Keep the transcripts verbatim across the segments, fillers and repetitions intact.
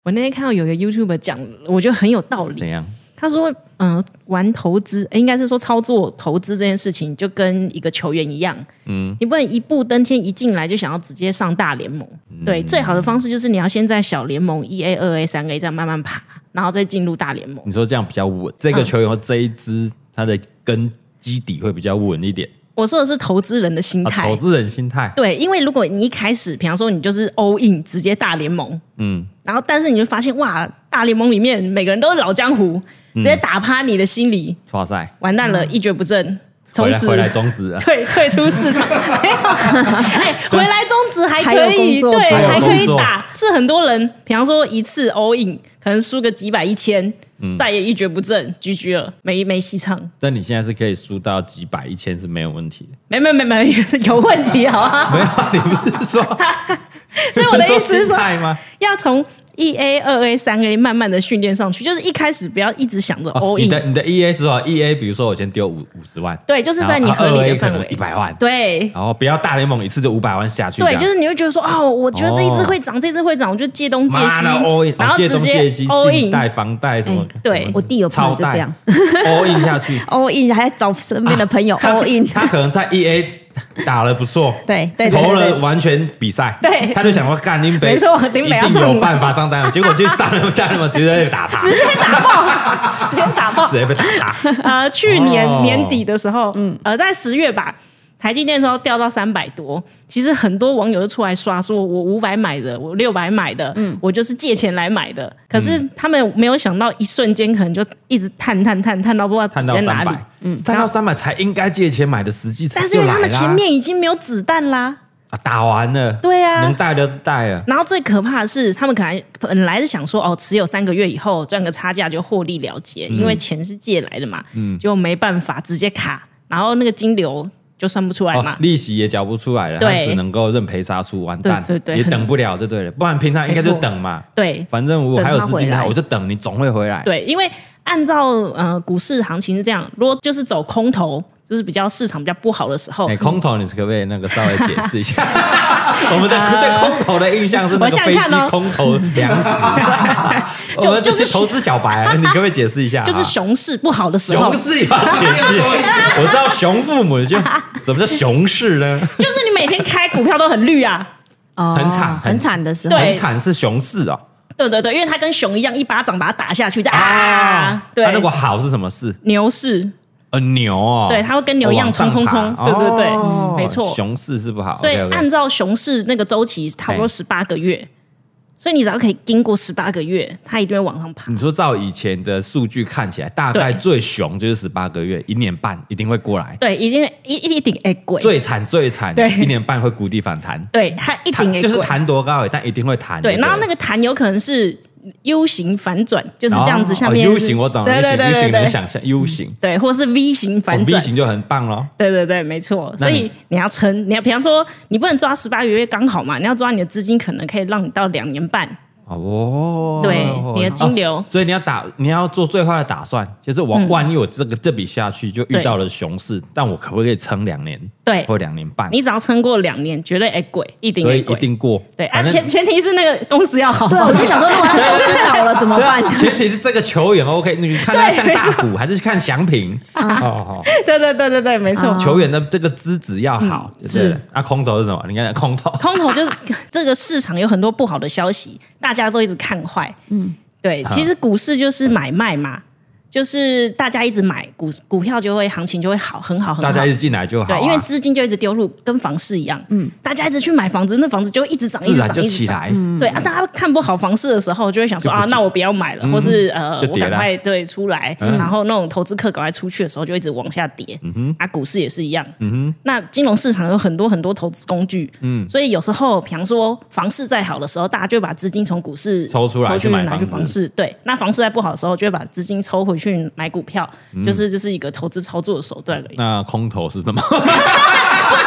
我那天看到有一个 YouTuber 讲，我觉得很有道理。 怎样？ 他说，嗯、呃，玩投资，应该是说操作投资这件事情，就跟一个球员一样，嗯，你不能一步登天，一进来就想要直接上大联盟。嗯、对，最好的方式就是你要先在小联盟一 A、二 A、三 A 这样慢慢爬，然后再进入大联盟。 你说这样比较稳，这个球员或这一支它的根基底会比较稳一点。 我说的是投资人的心态、 啊，投资人心态。 对，因为如果你一开始，比方说你就是 all in 直接大联盟，嗯，然后但是你就发现哇，大联盟里面每个人都是老江湖，直接打趴你的心理， 哇塞， 完蛋了，一蹶不振。 从此回来中职， 对，退出市场。哎，回来中职还可以，对，还可以打。是很多人，比方说一次 all in，可能输个几百一千，嗯、再也一蹶不振 ，G G 了，没没戏唱。 但你现在是可以输到几百一千是没有问题的。 没没没没有问题，好吗？ 没有，你不是说？ 所以我的意思是说， 吗要从一 A、二 A、三 A 慢慢的训练上去，就是一开始不要一直想着 all in。 哦、你的你的 一 A 是多少？一 A 比如说我先丢五五十万， 对，就是在你合理的范围， 一百万， 对。 然后不要大联盟一次就五百万下去， 对，就是你会觉得说，哦，我觉得这一支会涨，哦、这支会涨，我就借东借西，然后直接 all in， 信贷、房贷什么。 欸、对， 我弟有朋友就这样 all in 下去 ，all in 还找身边的朋友 all in， 他可能在一 A。打了不错， 对对， 投了完全比赛， 对， 他就想说干林北， 没错，林北一定有办法上单，结果就上了单了，直接被打趴， 直接打爆，直接打爆， 直接被打趴。 呃，去年年底的时候，嗯，呃，在十月吧。台积电的时候掉到三百多，其实很多网友就出来刷说，我五百买的，我六百买的，嗯，我就是借钱来买的。可是他们没有想到，一瞬间可能就一直探探探探到不知道探到在哪里， 嗯，探到三百才应该借钱买的时机才就来啦。 但是因为他们前面已经没有子弹啦。 啊，打完了， 对啊， 能带的都带了。 然后最可怕的是，他们可能本来是想说，哦，持有三个月以后赚个差价就获利了结，嗯、因为钱是借来的嘛，嗯，就没办法直接卡，然后那个金流就算不出来嘛， 哦、利息也缴不出来了，他只能够认赔杀出，完蛋， 对对对， 也等不了就对了，不然平常应该就等嘛， 对， 反正我还有资金，我就等你总会回来， 对，因为按照呃股市行情是这样，如果就是走空头。就是比较市场比较不好的时候， 欸、空头你可不可以那个稍微解释一下？我们的对空头的印象是那个飞机空头粮食，我们就是投资小白，你可不可以解释一下？ 就是熊市不好的时候， 熊市也要解释。我知道熊父母就什么叫熊市呢？ 就是你每天开股票都很绿啊， 哦、 很惨很惨的时候， 很惨是熊市哦。 对对对，因为它跟熊一样，一巴掌把它打下去，啊，啊对。 它如果好是什么市？ 牛市。 呃，牛哦， 对，它会跟牛一样冲冲冲，对对对，哦、没错。 熊市是不好， 所以按照熊市那个周期，差不多十八个月，所以你只要可以经过十八个月，它一定会往上爬。 你说照以前的数据看起来，大概最熊就是十八个月，一年半一定会过来。 对，一定一一定会贵。 最惨最惨，对，一年半会谷底反弹。 对，它一定会就是弹多高，但一定会弹。 对，然后那个弹有可能是。U 型反转就是这样子，下面 U 型我懂了，对对对 U 型能想象 U 型， 对，或者是 V 型反转 ，V 型就很棒咯。 对对对，没错。所以你要撑，你要比方说，你不能抓十八个月刚好嘛，你要抓你的资金，可能可以让你到两年半。哦，对，你的金流、 哦，所以你要打，你要做最坏的打算，就是我、嗯、万一我这个这笔下去就遇到了熊市，但我可不可以撑两年？ 对， 或两年半？ 你只要撑过两年，绝对哎贵，一定所以一定过。 对啊，前前提是那个公司要好。 对，我就想说，如果那个公司倒了怎么办？ 前提是这个球员 OK， 你看他像大股，还是去看祥平？ 啊、哦，对对对对对，没错。 球员的这个资质要好，嗯、是啊。空头是什么？你看空头， 空头就是这个市场有很多不好的消息，大家都一直看坏。嗯，对，其实股市就是买卖嘛，就是大家一直买股股票就会行情就会好，很好很好。 大家一直进来就好、啊， 对，因为资金就一直丢入，跟房市一样，嗯，大家一直去买房子，那房子就会一直涨，一直涨， 就起来。 嗯、对啊，大家看不好房市的时候，就会想说啊，那我不要买了，嗯、或是呃，我赶快对出来、嗯，然后那种投资客赶快出去的时候，就一直往下跌。嗯哼，啊，股市也是一样。嗯哼，那金融市场有很多很多投资工具，嗯，所以有时候，比方说房市再好的时候，大家就会把资金从股市抽出来， 抽去拿去房市。对，那房市在不好的时候，就会把资金抽回去买股票。嗯、就是就是一个投资操作的手段而已。 那空头是什么？ 不就是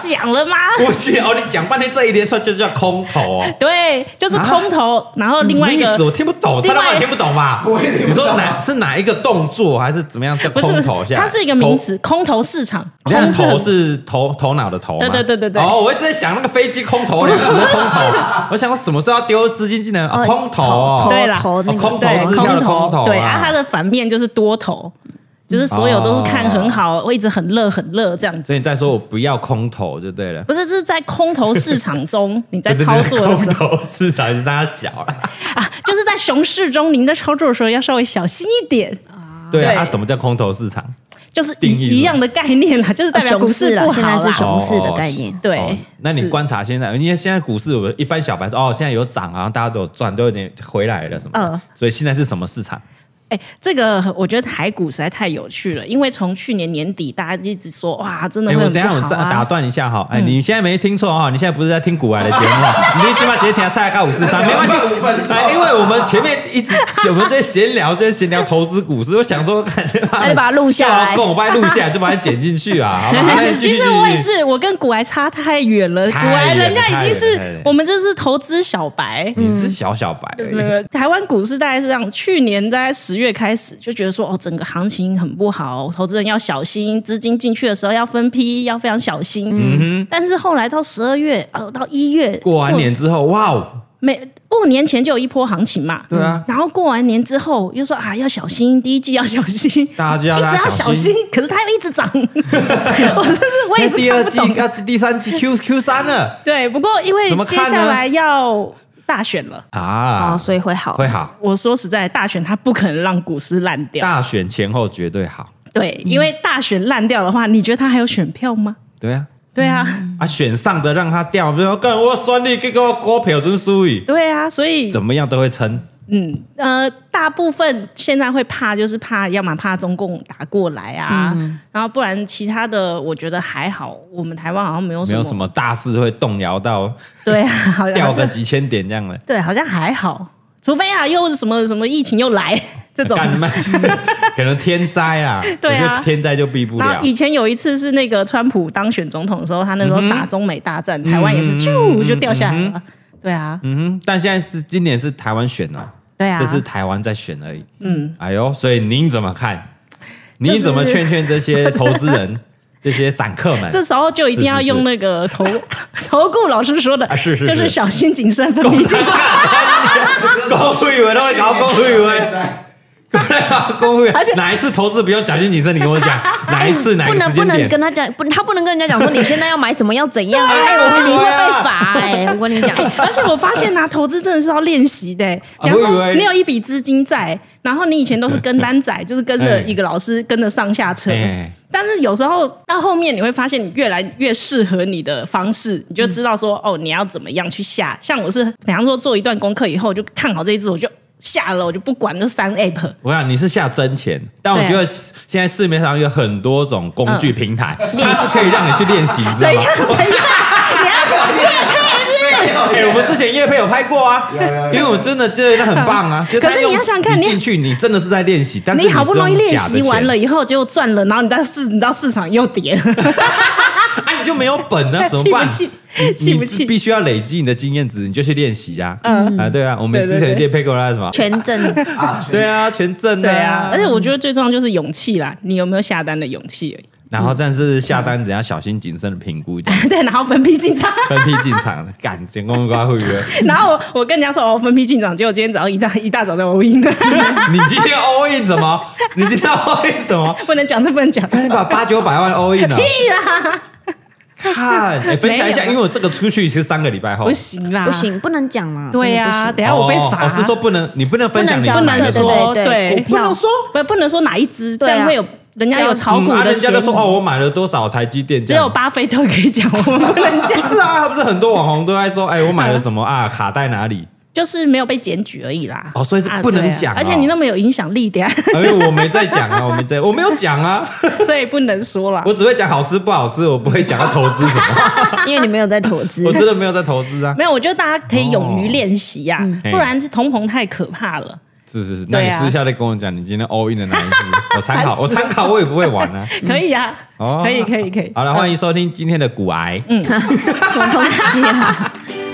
讲了吗？ 我去哦，你讲半天这一连串就叫空头哦。 对，就是空头，啊、然后另外一个什么意思我听不懂，蔡老板听不懂吧？ 我也听不懂。 你说哪是哪一个动作，还是怎么样叫空头？ 它是一个名词，空头市场。 空头是头头脑的头吗？ 对对对对对。 哦，我一直在想那个飞机空投两个空头，我想我什么时候要丢资金进来？哦，空头哦， 对啦， 空头支票的空头， 对啊，它的反面就是多头。就是所有都是看很好，会一直很热很热这样子。 所以你再说我不要空头就对了。 不是，就是在空头市场中，你在操作的时候， 空头市场是大家小了啊，就是在熊市中，您在操作的时候要稍微小心一点啊。对啊，什么叫空头市场？ 就是一样的概念啦，就是代表股市不好啦。 现在是熊市的概念。 对， 那你观察现在，因为现在股市，我一般小白说哦，现在有涨啊，大家都有赚，都有点回来了什么的。所以现在是什么市场？ 哎，这个我觉得台股实在太有趣了，因为从去年年底大家一直说哇，真的会很不好啊。 我等一下我打断一下哈，哎，你现在没听错哈，你现在不是在听股癌的节目，你起码直接听蔡高五四三，没关系，因为我们前面一直我们在闲聊，在闲聊投资股市，我想说， 那就把它录下来， 跟我把它录下来，就把它剪进去啊，好不好？ 其实我也是，我跟股癌差太远了，股癌人家已经是我们这是投资小白， 你是小小白而已。 台湾股市大概是这样，去年大概十月开始就觉得说哦，整个行情很不好，投资人要小心，资金进去的时候要分批，要非常小心。嗯哼。但是后来到十二月，呃，到一月过完年之后，哇哦， 每过年前就有一波行情嘛。 对啊。 然后过完年之后又说啊要小心，第一季要小心， 大家就要一直要小心，可是它又一直涨。我真是我也是第二季要第三季 Q Q 三了。 对，不过因为接下来要大选了啊、 哦，所以会好， 会好。 我说实在，大选它不可能让股市烂掉。 大选前后绝对好。 对，因为大选烂掉的话，你觉得它还有选票吗？ 对啊， 对啊， 啊，选上的让它掉，比如说，干我选你，结果股票真输伊。 对啊，所以怎么样都会撑。 嗯呃，大部分现在会怕，就是怕，要么怕中共打过来啊，嗯、然后不然其他的，我觉得还好。我们台湾好像没有什么没有什么大事会动摇到， 对啊，好像掉个几千点这样的。 对，好像还好，除非啊，又什么什么疫情又来这种， 可能天灾啊，对啊，天灾就避不了。 以前有一次是那个川普当选总统的时候，他那时候打中美大战，嗯、台湾也是啾就掉下来了。嗯对啊， 嗯哼，但现在是今年是台湾选哦， 对啊， 这是台湾在选而已。嗯，哎呦，所以您怎么看？你怎么劝劝这些投资人、这些散客们？ 这时候就一定要用那个投投顾老师说的， 啊、是是是就是小心谨慎，分批进场。 公会员都会搞公会员。公会员，而且哪一次投资不用小心谨慎？你跟我讲哪一次哪一个时间点？ 不能不能跟他讲，不，他不能跟人家讲说你现在要买什么要怎样啊？哎，我你会被罚哎！我跟你讲， 而且我发现啊，投资真的是要练习的。比方说，你有一笔资金在，然后你以前都是跟单仔，就是跟着一个老师跟着上下车。但是有时候到后面你会发现，你越来越适合你的方式，你就知道说哦，你要怎么样去下。像我是，比方说做一段功课以后，我就看好这一支，我就。下了我就不管，就三 app。我想你是下真钱，但我觉得现在市面上有很多种工具平台，它是可以让你去练习，你知道吗？ 怎样？你要业配是？哎，我们之前业配有拍过啊，因为我真的觉得很棒啊。 可是你要想看， 你进去你真的是在练习，但是你好不容易练习完了以后，结果赚了，然后你在市，你到市场又跌。 啊，你就没有本呢，怎么办？ 气气不气？ 必须要累积你的经验值，你就去练习啊。嗯啊，对啊，我们之前练配过来什么全正啊，对啊，全正对啊。而且我觉得最重要就是勇气啦，你有没有下单的勇气而已。 然后，但是下单怎样小心谨慎的评估一下。 对，然后分批进场， 分批进场，干监工刮会员。 然后我我跟人家说哦，分批进场，结果今天早上一大一大早就 all in 了。 你今天 all in 什么？你今天 all in 什么？ 不能讲，这不能讲。 你把八九百万 all in 了？ 屁啦！ 看，哎，分享一下，因为我这个出去是三个礼拜后， 不行啦， 不行，不能讲啦。 对呀，等下我被罚。 我是说不能，你不能分享，你不能说，对， 不能说，不不能说哪一支，这样会有人家有炒股的， 人家都说哦，我买了多少台积电， 只有巴菲特可以讲，我们不能讲。 不是啊，不是很多网红都在说，哎，我买了什么啊，卡在哪里？ 就是没有被检举而已啦。 哦，所以是不能讲、啊啊， 而且你那么有影响力的呀。 哎，我没在讲啊，我没在，我没有讲啊， 所以不能说了。 我只会讲好吃不好吃，我不会讲要投资什么， 因为你没有在投资。 我真的没有在投资啊。 没有，我觉得大家可以勇于练习呀、啊，哦、不然是通膨太可怕了。 是是是，那你私下再跟我讲，你今天 all in 的哪一支？我参考，我参考，我也不会玩啊。 可以啊，哦，可以可以可以。 好了，欢迎收听今天的股癌。 嗯，什么东西啊？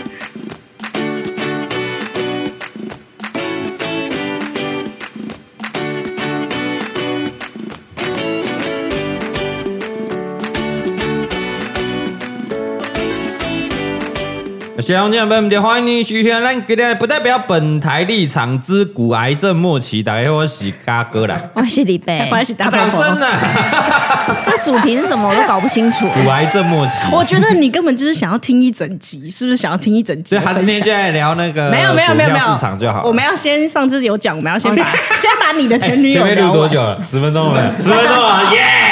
小红家朋友，欢迎你收听咱今天不代表本台立场之股癌症末期，大家好，我是嘎哥啦， 我是李贝， 我是大掌声啊！ 这主题是什么我都搞不清楚。 股癌症末期， 我觉得你根本就是想要听一整集，是不是想要听一整集？ 所以还是今天就来聊那个没有没有没有没有市场就好。 我们要先上次有讲，我们要先把先把你的前女友前面录多久了？十分钟了，十分钟了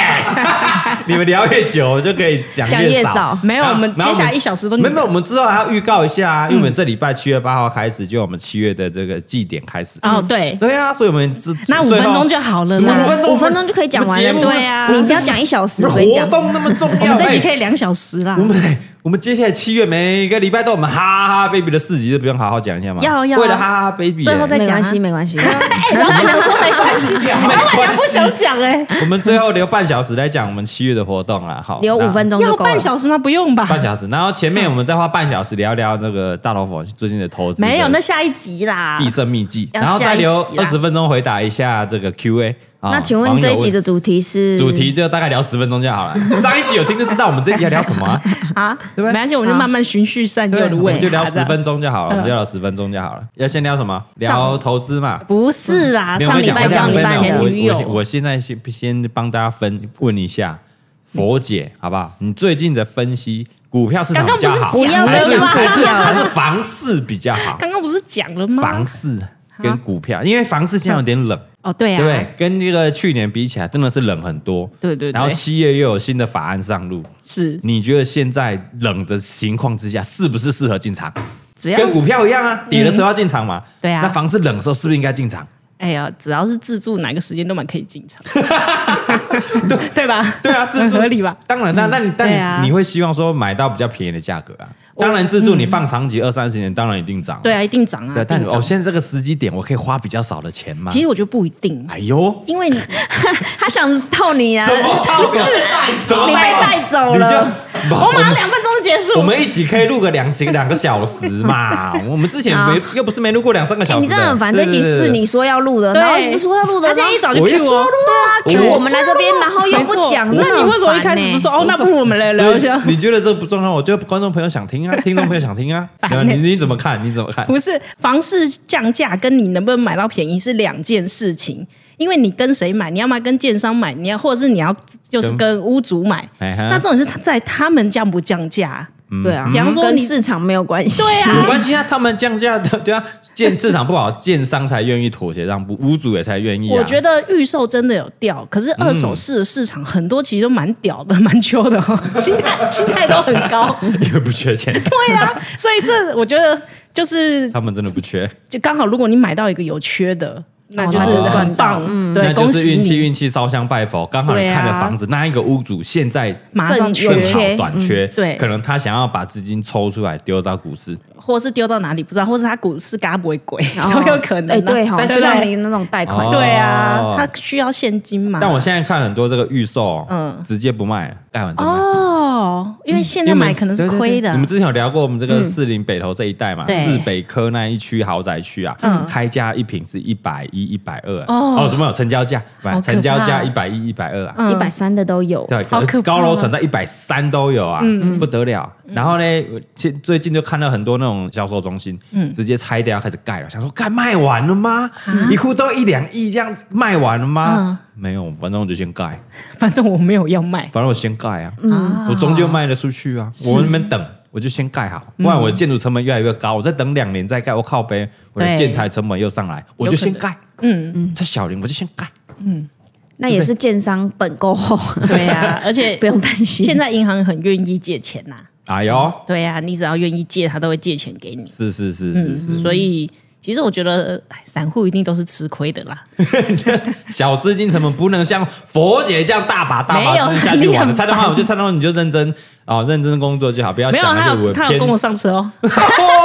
，yes！ 你们聊越久就可以讲越少。 没有，我们接下来一小时都没有，我们之后还要预告一下啊，因为我们这礼拜七月八号开始，就我们七月的这个祭典开始。 哦，对， 对啊，所以我们那五分钟就好了， 五分钟五分钟就可以讲完了。 对啊， 你一定要讲一小时， 活动那么重要， 我们这集可以两小时啦。 我们我们接下来七月每个礼拜都有我们哈哈 baby 的四集，就不用好好讲一下吗？ 要要， 为了哈哈 baby， 最后再讲， 没关系没关系。 然后不能说没关系，老板娘不想讲哎。 我们最后留半小时来讲我们七月的活动啦，好， 留五分钟就够了。 要半小时吗？不用吧， 半小时。然后前面我们再花半小时聊聊那个大老虎最近的投资， 没有，那下一集啦， 必胜秘籍，然后再留二十分钟回答一下这个 Q A。 那请问这一集的主题是？ 主题就大概聊十分钟就好了。上一集有听就知道我们这一集要聊什么啊？ 啊，对不对？没关系，我们就慢慢循序善诱的问， 我们就聊十分钟就好了，我们就聊十分钟就好了。要先聊什么？聊投资嘛？ 不是啦，上礼拜讲你前女友， 我现在先先帮大家分问一下佛姐，好不好？你最近的分析股票市场比较好， 不要再讲股票了， 还是房市比较好？ 刚刚不是讲了吗？ 房市跟股票，因为房市现在有点冷。 哦，对啊， 对不对？跟这个去年比起来，真的是冷很多。 对对对。 然后七月又有新的法案上路， 是。 你觉得现在冷的情况之下，是不是适合进场？ 只要跟股票一样啊，跌的时候要进场嘛。 对啊。 那房市冷的时候是不是应该进场？ 哎呀，只要是自住，哪个时间都蛮可以进场，对对吧？ 对啊，自住合理吧？ 当然，那那你但你会希望说买到比较便宜的价格啊？当然，自住你放长期二三十年，当然一定涨。 对啊，一定涨啊。 对，但哦，现在这个时机点，我可以花比较少的钱吗？ 其实我觉得不一定。 哎呦， 因为你他想套你啊， 什么套？ 是你被带走了。 我马上两分钟就结束。 我们一集可以录个两行两个小时嘛？我们之前没又不是没录过两三个小时。 你真的很烦，这集是你说要录的，然后你不说要录的， 他今天一早就 Q 我。 对啊 ，Q 我们来这边，然后又不讲， 那你为什么一开始不说？哦，那不如我们来聊一下。 你觉得这不重要？我觉得观众朋友想听啊，听众朋友想听啊。你你怎么看？你怎么看？ 不是房市降价跟你能不能买到便宜是两件事情，因为你跟谁买，你要么跟建商买，你要或者是你要就是跟屋主买，那重点是在他们降不降价。 对啊， 比方说跟市场没有关系， 对啊， 有关系啊。他们降价的，对啊，建市场不好，建商才愿意妥协让步，屋主也才愿意啊。 我觉得预售真的有掉，可是二手市的市场很多其实都蛮屌的，蛮秋的哦，心态心态都很高， 因为不缺钱。 对啊，所以这我觉得就是他们真的不缺， 就刚好如果你买到一个有缺的。那就是转棒，嗯，对， 那就是运气，运气烧香拜佛，刚好你看的房子，那一个屋主现在马上正好短缺， 对， 可能他想要把资金抽出来丢到股市， 或是丢到哪里不知道，或是他股市嘎不会贵，都有可能。 哎，对，但是让你那种贷款， 对啊，他需要现金嘛。 但我现在看很多这个预售，嗯，直接不卖了，贷完再卖。 哦，因为现在买可能是亏的。 你们之前有聊过我们这个士林北投这一带嘛？市北科那一区豪宅区啊，开价一平是一百一、一百二。哦，怎么有成交价？成交价一百一、一百二啊， 一百三的都有。 对，高楼层在一百三都有啊，不得了。然后呢，最近就看到很多那种销售中心，直接拆掉开始盖了，想说，盖卖完了吗？一户都一两亿这样卖完了吗？没有，反正我就先盖。 反正我没有要卖， 反正我先盖啊，我终究卖得出去啊。我那边等。我就先盖好，不然我的建筑成本越来越高，我再等两年再盖，我靠北，我的建材成本又上来，我就先盖。嗯嗯，在小林我就先盖。嗯， 那也是建商本够厚。 对呀，而且不用担心， 现在银行很愿意借钱呐。 哎呦， 对呀，你只要愿意借，他都会借钱给你。 是是是是是， 所以。其实我觉得散户一定都是吃亏的啦， 小资金成本不能像佛姐这样大把大把资金下去玩的。蔡东华，我觉得蔡东华你就认真哦，认真工作就好，不要想那些没有他有他有跟我上车哦。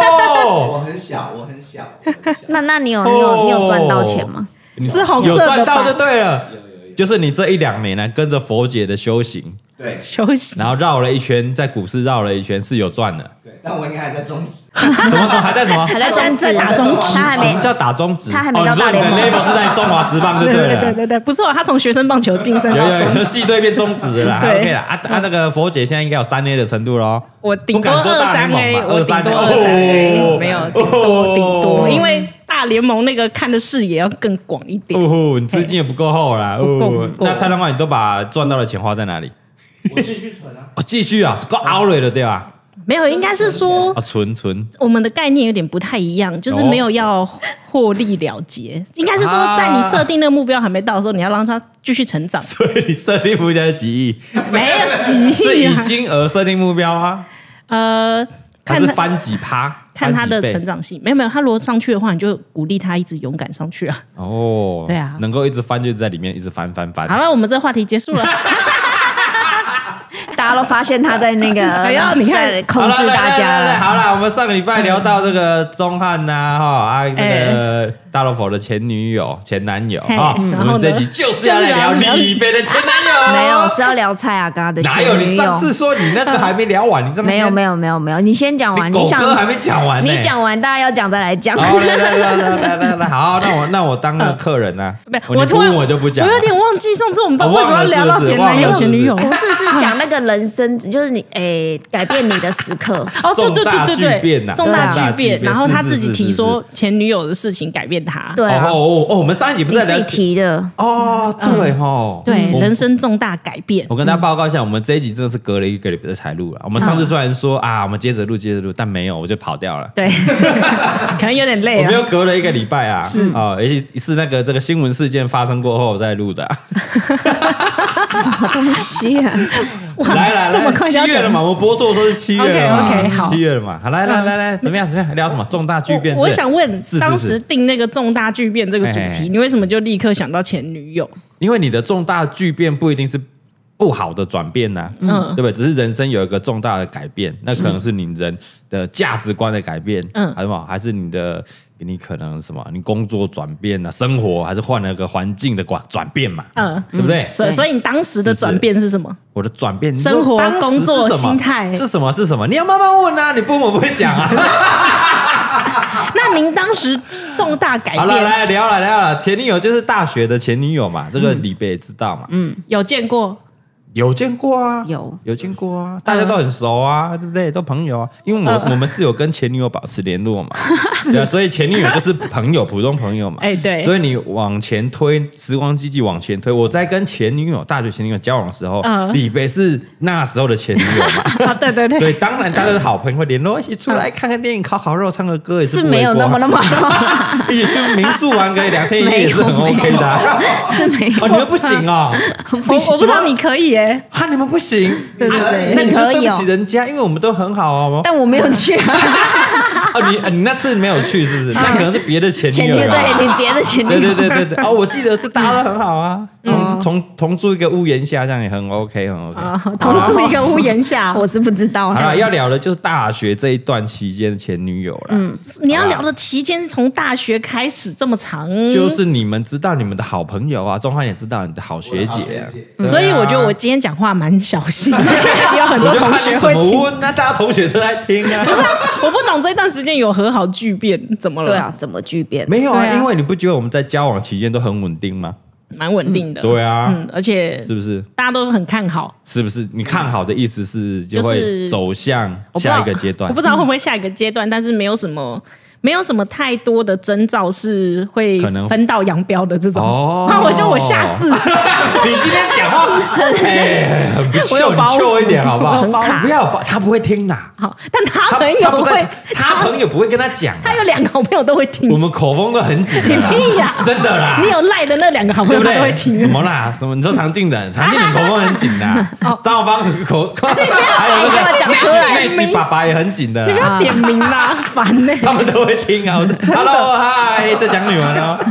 哦， 我很小，我很小。 那那你有你有你有赚到钱吗？ 你是红色的吧有赚到就对了。就是你这一两年呢，跟着佛姐的修行， 对， 休息， 然后绕了一圈，在股市绕了一圈，是有赚的。 对，但我应该还在中指。 什么时候还在什么？ 还在中指在打中指他还没什么叫打中指？ 他还没到哦、 大联盟。 你说你的 level 是在中华职棒就对对了。 对对对，不错，他从学生棒球晋升到有有有， 中职。 就系队变中职的啦。 对 OK 啦，啊啊，那个佛姐现在应该有三 A 的程度喽。 我顶多不敢说二三大联盟 A， 吧我顶多二二三 A， 哦没有顶多顶多，因为大联盟那个看的视野要更广一点。 哦吼，你资金也不够厚啦。 不够哦不够那蔡老板，你都把赚到的钱花在哪里？ 我继续存啊。 哦，继续啊，够熬了的对吧？ 没有，应该是说啊，存存。 我们的概念有点不太一样，就是没有要获利了结，应该是说啊在你设定那个目标还没到的时候，你要让它继续成长。 所以你设定目标是几亿？ 没有几是以亿啊， 金额设定目标吗？ 呃， 还看它是翻几趴？ 看它的翻几倍成长性，没有没有，它如果上去的话，你就鼓励它一直勇敢上去啊。 哦， 对啊能够一直翻就一直在里面一直翻翻翻。 好了，我们这话题结束了。 大家都发现他在那个， 哎呀你看在控制大家好了来来来来了。 好了，我们上个礼拜聊到这个钟汉呐，哈啊，这个大老佛的前女友、前男友嘿啊， 然后呢我们这集就是要来聊就是要聊李北的前男友。 没有，是要聊蔡阿嘎的前哪有？你女友。 上次说你那个还没聊完，你这么没有没有没有没有，你先讲完。 你狗你想哥还没讲完呢。 你讲完，大家要讲再来讲。 好，来来来来来来来，好，那我那我当个客人啊。 没有， 你不我突然问我就不讲。 我有点忘记上次我们到我忘了为什么要聊到前男友、 是不是前女友。 不是，是讲那个人生，就是你诶改变你的时刻。 哦，对对对对重大巨变呐对，重大重大巨巨变。 变然后他是自己提是是是说前女友的事情改变他。 对啊哦，哦哦，我们上一集不你自己是在聊提的。 哦，对吼， 对， 我人生重大改变。 我跟大家报告一下，我们这一集真的是隔了一个礼拜才录了。我们上次虽然说啊，我们接着录接着录，但没有，我就跑掉了。 对，可能有点累我们啊。 又隔了一个礼拜啊，啊，而且是那个这个新闻事件发生过后再录的啊。 什么东西啊？ 来来这么来， 快就要讲七月了嘛，我们播出的时候是七月了嘛 OK，OK，好七月了嘛，好，来来来来，怎么样怎么样？聊什么重大巨变？ 我我是不是想问， 是是当时定那个重大巨变这个主哎哎题，你为什么就立刻想到前女友？ 因为你的重大巨变不一定是不好的转变呐、 嗯对不对？只是人生有一个重大的改变，那可能是你人的价值观的改变， 嗯还是什么？还是你的你可能什么？你工作转变啊，生活还是换了个环境的转转变嘛， 嗯， 对不对？ 所以所以你当时的转变是什么？ 我的转变， 生活你说当时工作是什么心态是什么？是什么？你要慢慢问啊，你不问我不会讲啊。 那您当时重大改好了， 变来聊了聊了，前女友就是大学的前女友嘛，这个李贝也知道嘛，嗯， 有见过？ 有见过啊， 有有见过啊，大家都很熟啊，对不对？都朋友啊，因为我、 嗯我们是有跟前女友保持联络嘛，对啊，所以前女友就是朋友，普通朋友嘛， 哎对所以你往前推，时光机器往前推，我在跟前女友、大学前女友交往的时候， 嗯李贝是那时候的前女友嘛， 啊，对对对， 所以当然大家是好朋友，会联络，一起出来看看电影、烤烤肉、唱个歌也是不为过啊没有那么那么好， 一起去民宿玩个两天一夜也是很 OK 的啊。 是没有。 哦，你们不行哦， 我我不知道你可以耶， 啊，你们不行， 对对对那你就对不可以哦起人家，因为我们都很好哦。 但我没有去啊， 哦，你呃你那次没有去是不是？那可能是别的前前女友吧。 女对你别的前女对友， 对对对对，哦，我记得这大家都很好啊，同同同住一个屋檐下，这样也很 OK，很 OK。 啊，同住一个屋檐下。 我是不知道好了， 啦。 要聊的就是大学这一段期间的前女友了。嗯， 你要聊的期间从大学开始这么长， 就是你们知道你们的好朋友啊，钟汉也知道你的好学姐啊我的好学姐， 对啊所以我觉得我今天讲话蛮小心的，有很我就多同看你怎学会听。 么问，那大家同学都在听啊。 我不懂这段时间有和好巨变，怎么了？ 对，啊，怎么巨变？ 没有啊， 对啊因为你不觉得我们在交往期间都很稳定吗？ 蛮稳定的。 对啊， 嗯，而且是不是？ 大家都很看好。 是不是？你看好的意思是就会就是走向我不知道下一个阶段我不。知道会不会下一个阶段，但是没有什么。没有什么太多的征兆是会可能分道扬镳的这种。 哦那我就我下次你今天讲话哎，很不秀，你我有包袱秀一点好不好？ 我有包袱不要包，他不会听啦。 好，但他他朋友他不在会， 他朋友不会跟他讲啊。 他有两个好朋友都会听我。们口风都很紧的啦， 屁呀真的啦。 你有赖的那两个好朋对不友他都会对？ 听。 什么啦？什么？你说常静人，常静人口风很紧的哦， 张浩芳口，还有那你干嘛讲出来妹妹爸爸也很紧的你不啦， 要点名啦，烦呢。 他们都会听啊。我说 Hello，嗨，在讲女人哦。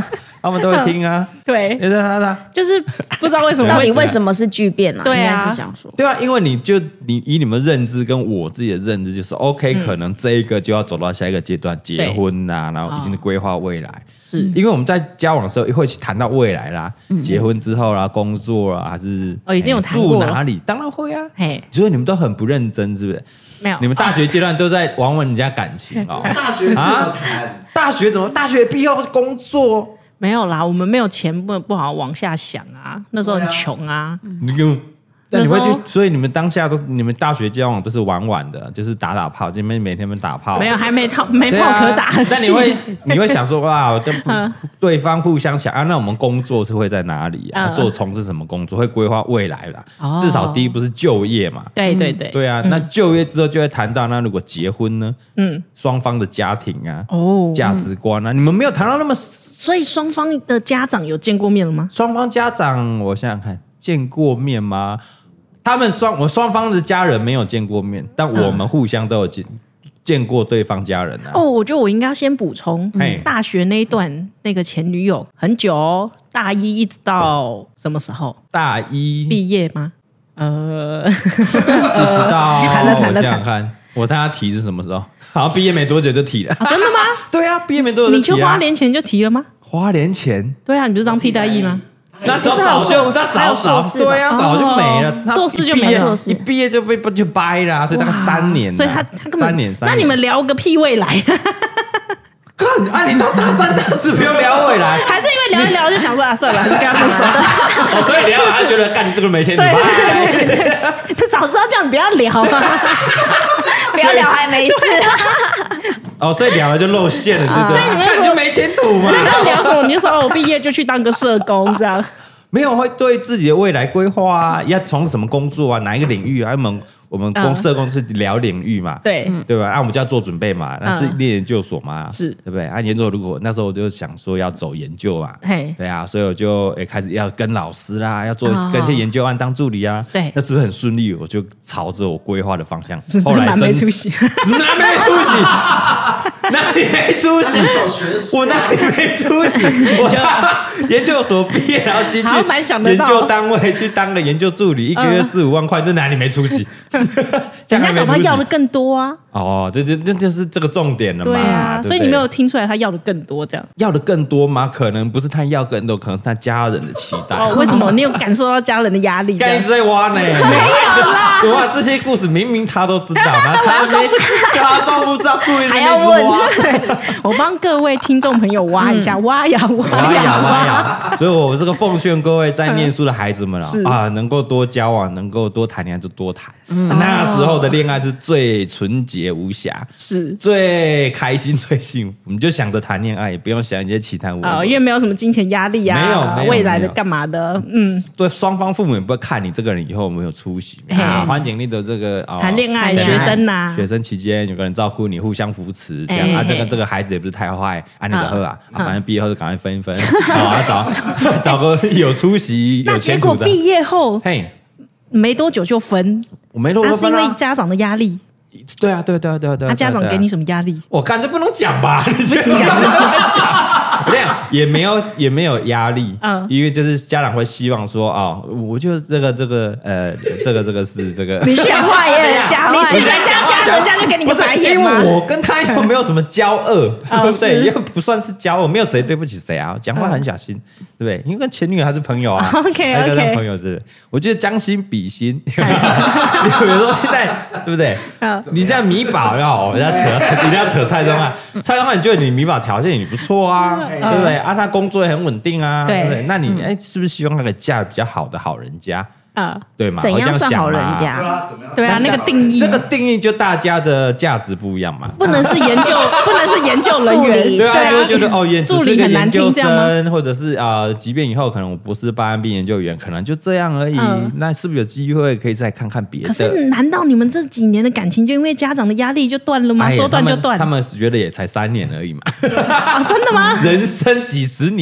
他们都会听啊。 对， 对对对， 就是不知道为什么到会底为什么是巨变啊？ 对啊应该是想说， 对啊，因为你就你以你们认知跟我自己的认知，就是 OK，、嗯、可能这一个就要走到下一个阶段，结婚啊，然后已经规划未来。 是因为我们在交往的时候会谈到未来啦，嗯、结婚之后啦，工作啦，还是哦已经有谈过住哪里？当然会啊。 嘿， 所以你们都很不认真，是不是？ 没有， 你们大学阶段都在玩玩人家感情哦。 大学是么谈、啊？ 大学怎么？大学毕业后工作没有啦，我们没有钱，不不好往下想啊。那时候很穷啊。 你跟。那你会去，所以你们当下都，你们大学交往都是玩玩的，就是打打炮，就每每天们打炮， 没有，还没炮，没炮可打。 那、啊、你会，你会想说，哇，跟对方互相想啊，那我们工作是会在哪里啊？嗯、做从事什么工作？会规划未来啦。哦、至少第一步是就业嘛。 对对对， 对啊。嗯、那就业之后就会谈到，那如果结婚呢？嗯，双方的家庭啊，哦，价值观啊，你们没有谈到那么， 所以双方的家长有见过面了吗？ 双方家长，我想想看，见过面吗？他们双我双方的家人没有见过面，但我们互相都有见、嗯、见过对方家人啊。 哦，我觉得我应该要先补充，嗯、大学那一段那个前女友很久哦，大一一直到什么时候？ 大一毕业吗？呃， 不知道， 惨了惨了我想想看，我看他提是什么时候？好像毕业没多久就提了。 啊、真的吗？ 对啊，毕业没多久就提、啊。 你去花莲前就提了吗？ 花莲前？ 对啊，你不是当替代役吗？ 那早早就那早早对啊，早就没了， 硕士就没了， 一毕业就被就掰了，所以大概三年， 所以他他根本三年， 那你们聊个屁未来？ 干啊！你到大三大四不用聊未来， 还是因为聊一聊就想说啊，算了，还是跟他分手的。 哦，所以聊他觉得干你这个没钱，你掰。 他早知道叫你不要聊， 不要聊还没事。 哦，所以聊了就露馅了，对不对？ 所以你们就没前途嘛。 那聊什么？你就说哦，我毕业就去当个社工这样。 没有，会对自己的未来规划啊，要从事什么工作啊，哪一个领域啊？我们我们公社工是聊领域嘛， 对对吧？啊，我们就要做准备嘛，那是念研究所嘛， 是对不对？啊，研究所如果那时候我就想说要走研究嘛，对啊，所以我就也开始要跟老师啦，要做跟一些研究案当助理啊， 对， 那是不是很顺利？我就朝着我规划的方向， 后来真没出息， 哪没出息？哪里没出息？我哪里没出息？我研究所毕业，然后进去研究单位去当个研究助理，一个月四五万块，这哪里没出息？ 人家搞不好要的更多啊！ 哦，这这这就是这个重点了嘛？ 对啊，所以你没有听出来他要的更多，这样要的更多吗？可能不是他要更多，可能是他家人的期待。 哦，为什么你有感受到家人的压力？ 刚一直在挖呢，没有啦！ 哇，这些故事明明他都知道，然后他没他装不知道，故意还要问。 我帮各位听众朋友挖一下，挖呀挖呀挖呀！所以我这个奉劝各位在念书的孩子们了啊，能够多交往，能够多谈恋爱就多谈。那时候的恋爱是最纯洁无瑕， 是最开心、最幸福。你就想着谈恋爱，也不用想一些其他无啊，因为没有什么金钱压力啊， 没有，没有未来的干嘛的，嗯， 对，双方父母也不会看你这个人以后有没有出息啊。欢迎你的这个谈恋爱学生呐， 学生期间有个人照顾你，互相扶持，这样啊，这个这个孩子也不是太坏，按你的喝啊，反正毕业后就赶快分一分，啊，找找个有出息、有前途的。 那结果毕业后， 嘿。 没多久就分， 我没多久就分啊，是因为家长的压力。 对啊，对对对对。 他家长给你什么压力？ 我看这不能讲吧？不行讲，这样也没有也没有压力，嗯，因为就是家长会希望说，哦，我就这个这个呃，这个这个是这个。 你讲话也很讲，你去人家家，人家就给你个白眼吗？ 因为我跟他又没有什么交恶，对不对？又不算是交恶，没有谁对不起谁啊，讲话很小心，对不对？因为跟前女友还是朋友啊 ，OK OK， 跟朋友对不对？我觉得将心比心，有时候现在对不对？你这样米宝要人家扯，人家扯蔡宗翰，蔡宗翰你觉得你米宝条件也不错啊，对不对？啊，他工作也很稳定啊，对不对？那你哎，是不是希望他可以嫁比较好的好人家？啊，对嘛？ 怎样算好人家？ 对啊，那个定义， 这个定义就大家的价值不一样嘛。 不能是研究，不能是研究人员， 对啊，就是觉得哦，研助理很难听，这样吗？ 或者是啊，即便以后可能我不是办案病研究员，可能就这样而已。那是不是有机会可以再看看别的？ 可是，难道你们这几年的感情就因为家长的压力就断了吗？说断就断？ 他们觉得也才三年而已嘛。 真的吗？ 人生几十年。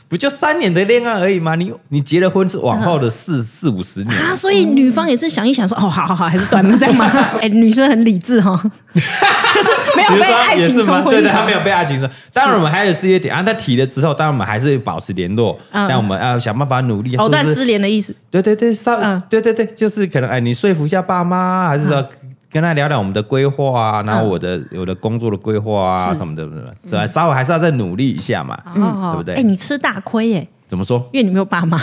不就三年的恋爱而已吗？你你结了婚是往后的四四五十年啊，所以女方也是想一想说，哦，好好好，还是短了这样吗？哎，女生很理智哈、哦，就是没有被爱情冲昏。 对对，他没有被爱情冲。当然我们还有事业点啊，他提了之后，当然我们还是保持联络，嗯、但我们要、啊、想办法努力。 藕断丝连的意思。 对对对，稍、嗯、对对对，就是可能哎，你说服一下爸妈，还是说。嗯跟他聊聊我们的规划啊，然后我的、嗯、我的工作的规划啊什么的，是吧？稍微还是要再努力一下嘛，嗯、对不对？ 哎、欸，你吃大亏耶！ 怎么说？ 因为你没有爸妈。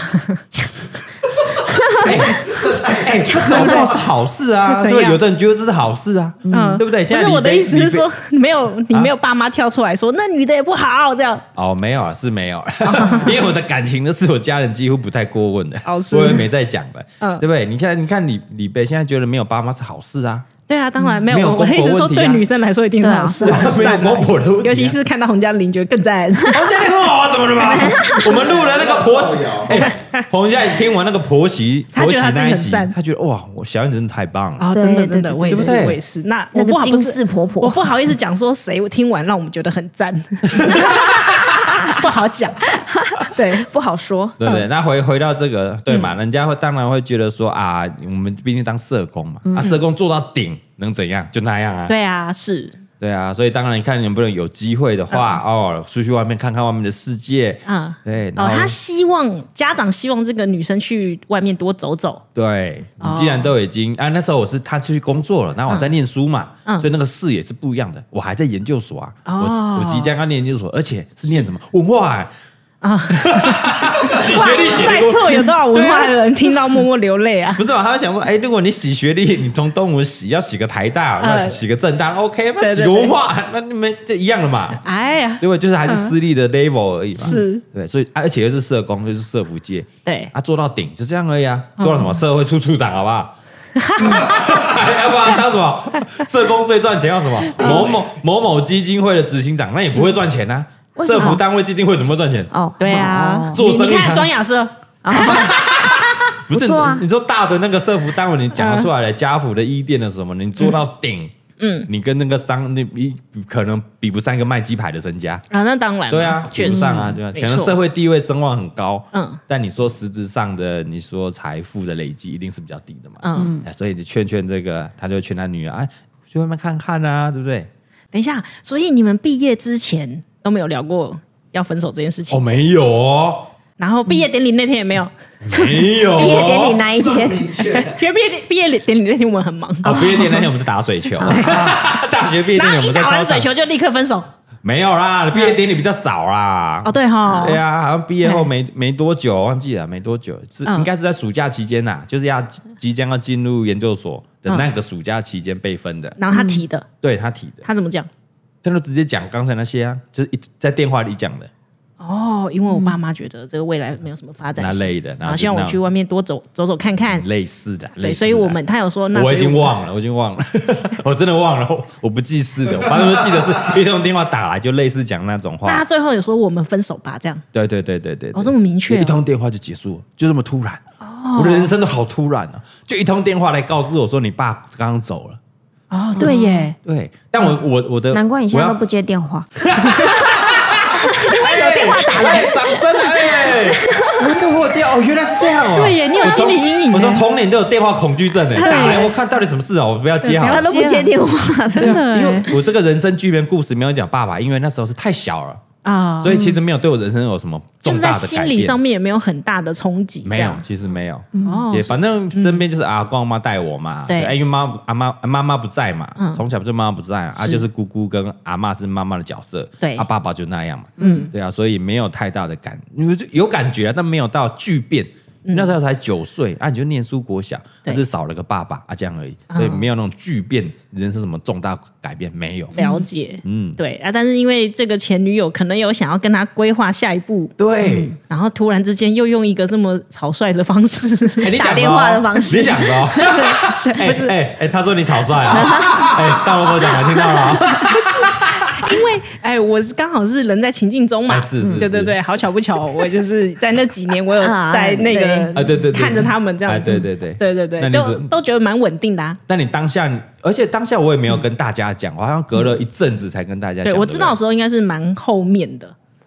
哎哎，搞不好是好事啊！就有的人觉得这是好事啊，嗯，对不对？现在不是我的意思是说，没有你没有爸妈跳出来说、啊、那女的也不好这样。 哦，没有啊，是没有，因为我的感情的事，我家人几乎不太过问的， 哦、 我也没在讲的，嗯，对不对？你看，你看李李贝现在觉得没有爸妈是好事啊。 对啊，当然没有。 嗯、没有我的意思说，对女生来说一定是好事， 没有公婆的问题、啊。 尤其是看到洪嘉玲，觉得更赞。 洪嘉玲很好啊，怎么了嘛？我们录了那个婆媳，哎，洪嘉玲听完那个婆媳婆媳那一集，他觉得哇，我小燕真的太棒了啊、哦！真的真的，我也是，我也是。那那个金氏婆婆， 我不好意思讲说谁，我听完让我们觉得很赞。不好讲，对，不好说， 对不对？那回回到这个，对嘛？嗯、人家会当然会觉得说啊，我们毕竟当社工嘛，嗯、啊，社工做到顶能怎样？就那样啊。 对啊，是。 对啊，所以当然你看能不能有机会的话，嗯、哦，出去外面看看外面的世界，嗯，对。 哦，他希望家长希望这个女生去外面多走走。 对，你既然都已经、哦、啊，那时候我是他出去工作了，然后我在念书嘛，嗯、所以那个视野是不一样的。我还在研究所啊，哦、我我即将要念研究所，而且是念什么文化、欸。啊！洗学历写在座有多少文化的人听到默默流泪啊？ 不是嘛？他想说，哎，如果你洗学历，你从东吴洗，要洗个台大，呃、洗个政大 ，OK， 那洗个文化，那你们就一样了嘛？ 哎呀， 对不对？就是还是私立的 level 而已嘛。 是， 对，所以而且又是社工，就是社福界， 对， 啊，做到顶就这样而已啊。做到什么社会处处长，好不好？要不然当什么社工最赚钱？要什么某某某某基金会的执行长，那也不会赚钱啊。社福单位基金会怎么赚钱？ 哦，对啊， 做生意。 你看庄雅社， 不是啊？你说大的那个社福单位，你讲出来的家福的伊甸的什么，你做到顶，嗯，你跟那个商，你可能比不上一个卖鸡排的身家啊。那当然， 对啊，比不上啊，对吧？可能社会地位声望很高，嗯，但你说实质上的，你说财富的累积一定是比较低的嘛，嗯，所以你劝劝这个，他就劝他女儿，哎，去外面看看啊，对不对？ 等一下，所以你们毕业之前都没有聊过要分手这件事情？ 哦，没有哦。 然后毕业典礼那天也没有， 没有、哦。 毕业典礼那一天， 因为毕业毕业典礼那天我们很忙。 哦，毕业典礼那天我们在打水球，大学毕业典礼我们在操场。 打完水球就立刻分手？ 没有啦，毕业典礼比较早啦。 哦，对哈、哦， 对啊，好像毕业后没没多久，忘记了没多久，是、嗯、应该是在暑假期间呐，就是要即将要进入研究所的那个暑假期间被分的。 然后他提的， 嗯、对他提的， 他怎么讲？ 他就直接讲刚才那些啊，就是一在电话里讲的。 哦，因为我爸妈觉得这个未来没有什么发展性， 那类的， 然后希望我去外面多走走走看看， 类似的， 对，所以我们他有说，那我已经忘了，我已经忘了，我真的忘了，我不记事的，反正我记得是一通电话打来，就类似讲那种话。 那他最后有说我们分手吧，这样？ 对对对对对， 哦，这么明确、哦， 一通电话就结束了，就这么突然。哦，我的人生都好突然啊，就一通电话来告知我说你爸刚刚走了。 哦，对耶， 对，但我我我的， 难怪你现在都不接电话。 因为有电话打来， 掌声哎！我都我电哦，原来是这样哦。 对耶，你有心理阴影。 我从童年都有电话恐惧症哎，打来我看到底什么事哦，我不要接好了。 他都不接电话，真的。 因为我这个人生巨变故事没有讲爸爸，因为那时候是太小了啊，所以其实没有对我人生有什么重大的改变， 就是在心理上面也没有很大的冲击。 没有，其实没有。哦，也反正身边就是阿公阿妈带我嘛，对，因为妈阿妈妈妈不在嘛，从小就妈妈不在啊，就是姑姑跟阿妈是妈妈的角色，对，啊爸爸就那样嘛，嗯，对啊，所以没有太大的感，有感觉，但没有到巨变。那时候才九岁啊，你就念书国小，但是少了个爸爸啊，这样而已，所以没有那种巨变，人生什么重大改变没有。 了解，嗯，对啊，但是因为这个前女友可能有想要跟他规划下一步， 对、嗯， 然后突然之间又用一个这么草率的方式、 欸、 打电话的方式， 你讲的哦，哎哎哎，他说你草率啊，哎，大萝卜讲了，听到了、哦。 因为哎，我刚好是人在情境中嘛， 是是是， 对对对，好巧不巧，我就是在那几年，我有在那个啊，对对， 看着他们这样子， 对对对对对对，都都觉得蛮稳定的啊。 但你当下，而且当下我也没有跟大家讲，我好像隔了一阵子才跟大家讲。 对，我知道的时候应该是蛮后面的。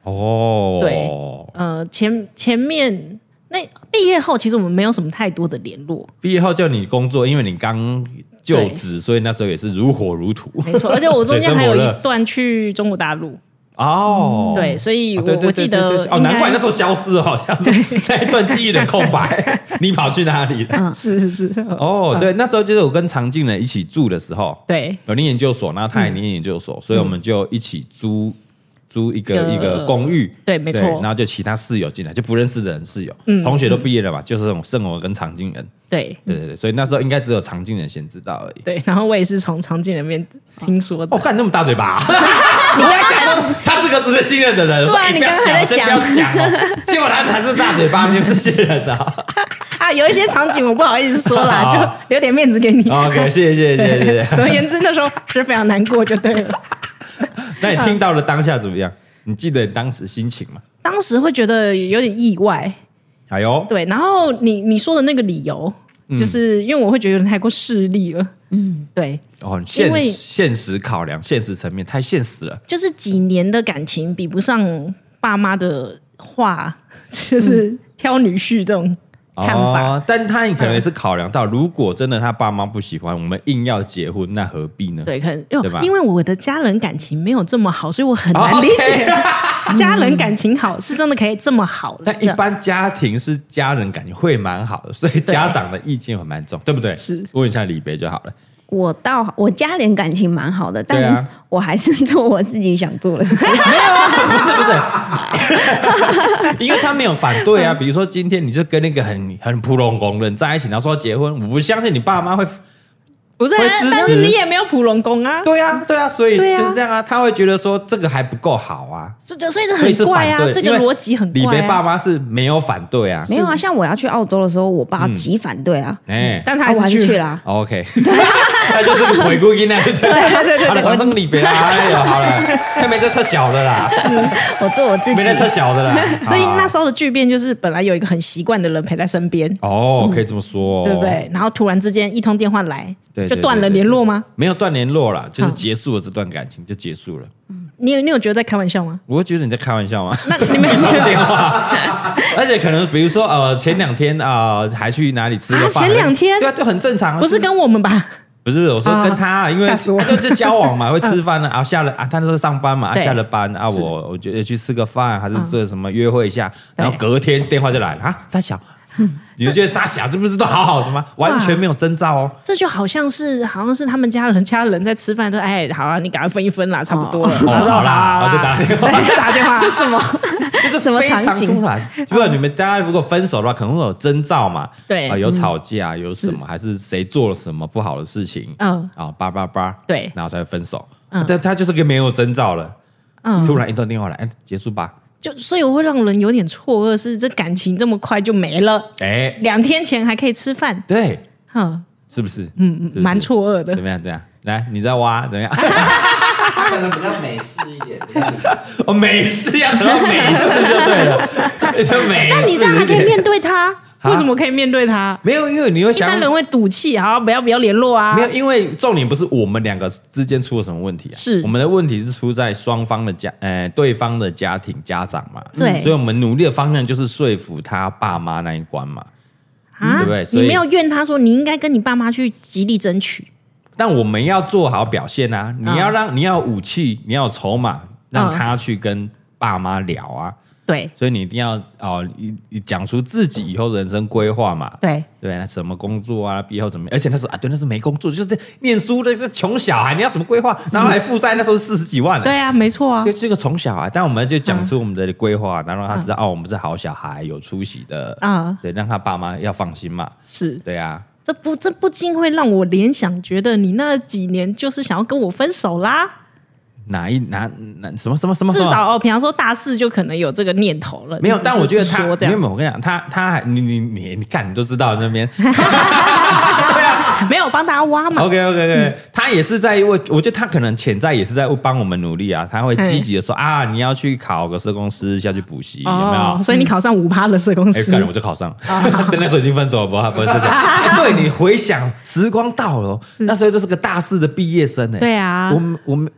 哦， 对，呃，前前面那毕业后，其实我们没有什么太多的联络。 毕业后叫你工作，因为你刚就职，所以那时候也是如火如荼。 没错，而且我中间还有一段去中国大陆。 哦， 对，所以我、 哦、对对对对对我记得哦，难怪那时候消失了，好像那一段记忆的空白。你跑去哪里了？ 嗯，是是是。 哦，对，那时候就是我跟常静人一起住的时候， 对， 有念研究所，然后他也念研究所，嗯、所以我们就一起租。租一个一个公寓， 对，没错。 然后就其他室友进来，就不认识的人室友，嗯、同学都毕业了嘛，嗯、就是这种剩我跟常静人。 对， 对对对，所以那时候应该只有常静人先知道而已。 对，然后我也是从常静人面听说的。 哦，看你那么大嘴巴，你刚才想说他是个值得信任的人， 对啊，你刚刚还在讲， 不要讲哦，结果他才是大嘴巴，你们这些人啊。 啊，有一些场景我不好意思说啦，就留点面子给你。 OK， 谢谢谢谢谢谢。 总而言之，那时候是非常难过，就对了。 那你听到了当下怎么样？你记得你当时心情吗？ 当时会觉得有点意外， 哎呦， 对。然后你你说的那个理由，嗯、就是因为我会觉得有点太过势利了，嗯，对。 哦，现现实考量，现实层面太现实了。 就是几年的感情比不上爸妈的话，就是挑女婿这种看法。 哦、但他可能也是考量到，如果真的他爸妈不喜欢，我们硬要结婚，那何必呢？ 对，可能对吧？因为我的家人感情没有这么好，所以我很难理解、哦 okay 家人感情好是真的可以这么好的。 但一般家庭是家人感情会蛮好的，所以家长的意见会蛮重，对不对？是，问一下李北就好了。 我到我家人感情蛮好的，但我还是做我自己想做的事。没有啊，不是不是，因为他没有反对啊。比如说今天你就跟那个很很普通工人在一起，然后说结婚，我不相信你爸妈会。 不是，但是你也没有普龙宫啊。 对啊，对啊，所以就是这样啊。他会觉得说这个还不够好啊， 所以所以这很怪啊，这个逻辑很怪。 李北爸妈是没有反对啊， 没有啊。像我要去澳洲的时候，我爸极反对啊， 哎， 但他还是去了。 OK， 那就是回归音啊，对对对。好了，掌声李北啦，哎呦，好了，他没在测小的啦， 是我做我自己， 没在测小的啦。 所以那时候的巨变就是，本来有一个很习惯的人陪在身边， 哦，可以这么说， 对不对？然后突然之间一通电话来。 对就断了联络吗？ 没有断联络啦，就是结束了这段感情就结束了。 嗯、你有你有觉得在开玩笑吗？ 我会觉得你在开玩笑吗？ 那你没有通电话，而且可能比如说呃前两天啊、呃、还去哪里吃个饭、 啊？前两天对啊，就很正常， 不是跟我们吧？ 不是，我说跟他，啊、因为就就交往嘛，会吃饭呢、啊，啊下了啊，他那时候上班嘛，啊下了班啊，我我觉得去吃个饭，还是做什么约会一下，然后隔天电话就来了啊，三小。你就觉得傻小，这不是都好好的吗？完全没有征兆哦。 这就好像是好像是他们家人家人在吃饭，说：“哎，好啊，你赶快分一分啦，差不多了。” 哦，好啦，我就打电话， 就打电话， 这什么？ 这什么场景？突然，如果你们大家如果分手的话，可能会有征兆嘛？ 对啊，有吵架，有什么，还是谁做了什么不好的事情？嗯，啊，叭叭叭， 对， 然后才会分手。但他就是个没有征兆了，嗯，突然一通电话来，哎，结束吧。 就所以我会让人有点错愕，是这感情这么快就没了？哎，两天前还可以吃饭， 对，哼，是不是？ 嗯嗯，蛮错愕的。 怎么样？怎么样？来，你在挖怎么样？ 他可能比较美式一点，比较哦，美式要成到美式就对了，就美式。 那你这样还可以面对他？为什么可以面对他？ 没有，因为你会想， 一般人会赌气，好，不要不要联络啊。 没有，因为重点不是我们两个之间出了什么问题啊， 是我们的问题是出在双方的家，呃，对方的家庭家长嘛。 对， 所以我们努力的方向就是说服他爸妈那一关嘛，啊、对不对？ 你没有怨他说你应该跟你爸妈去极力争取， 但我们要做好表现啊！你要让、嗯、你要有武器，你要有筹码，让他去跟爸妈聊啊。 对， 所以你一定要哦，你讲出自己以后人生规划嘛。 对对，那什么工作啊，毕业后怎么样？而且那时候啊，对，那时候没工作，就是念书的穷小孩，你要什么规划？然后还负债，那时候是四十几万、欸。 对啊，没错啊， 就这个穷小孩，但我们就讲出我们的规划，然后让他知道、嗯、哦，我们是好小孩，有出息的啊、嗯，对，让他爸妈要放心嘛。 是， 对啊。 这不这不禁会让我联想，觉得你那几年就是想要跟我分手啦。 哪一哪哪什么什么什么？ 至少哦，比方说大四就可能有这个念头了。 没有，但我觉得他没有，我跟你讲，他他还你你你你看，你都知道那边。 对啊，没有帮大家挖嘛。 OK OK OK，、嗯、他也是在为，我觉得他可能潜在也是在帮我们努力啊。他会积极的说啊，你要去考个社工师，下去补习，哦、有没有？ 所以你考上五趴的社工师， 哎、欸，我就考上。但那时候已经分手了，不不是社工。对，你回想时光到了，那时候就是个大四的毕业生哎。 对啊， 我们我们我们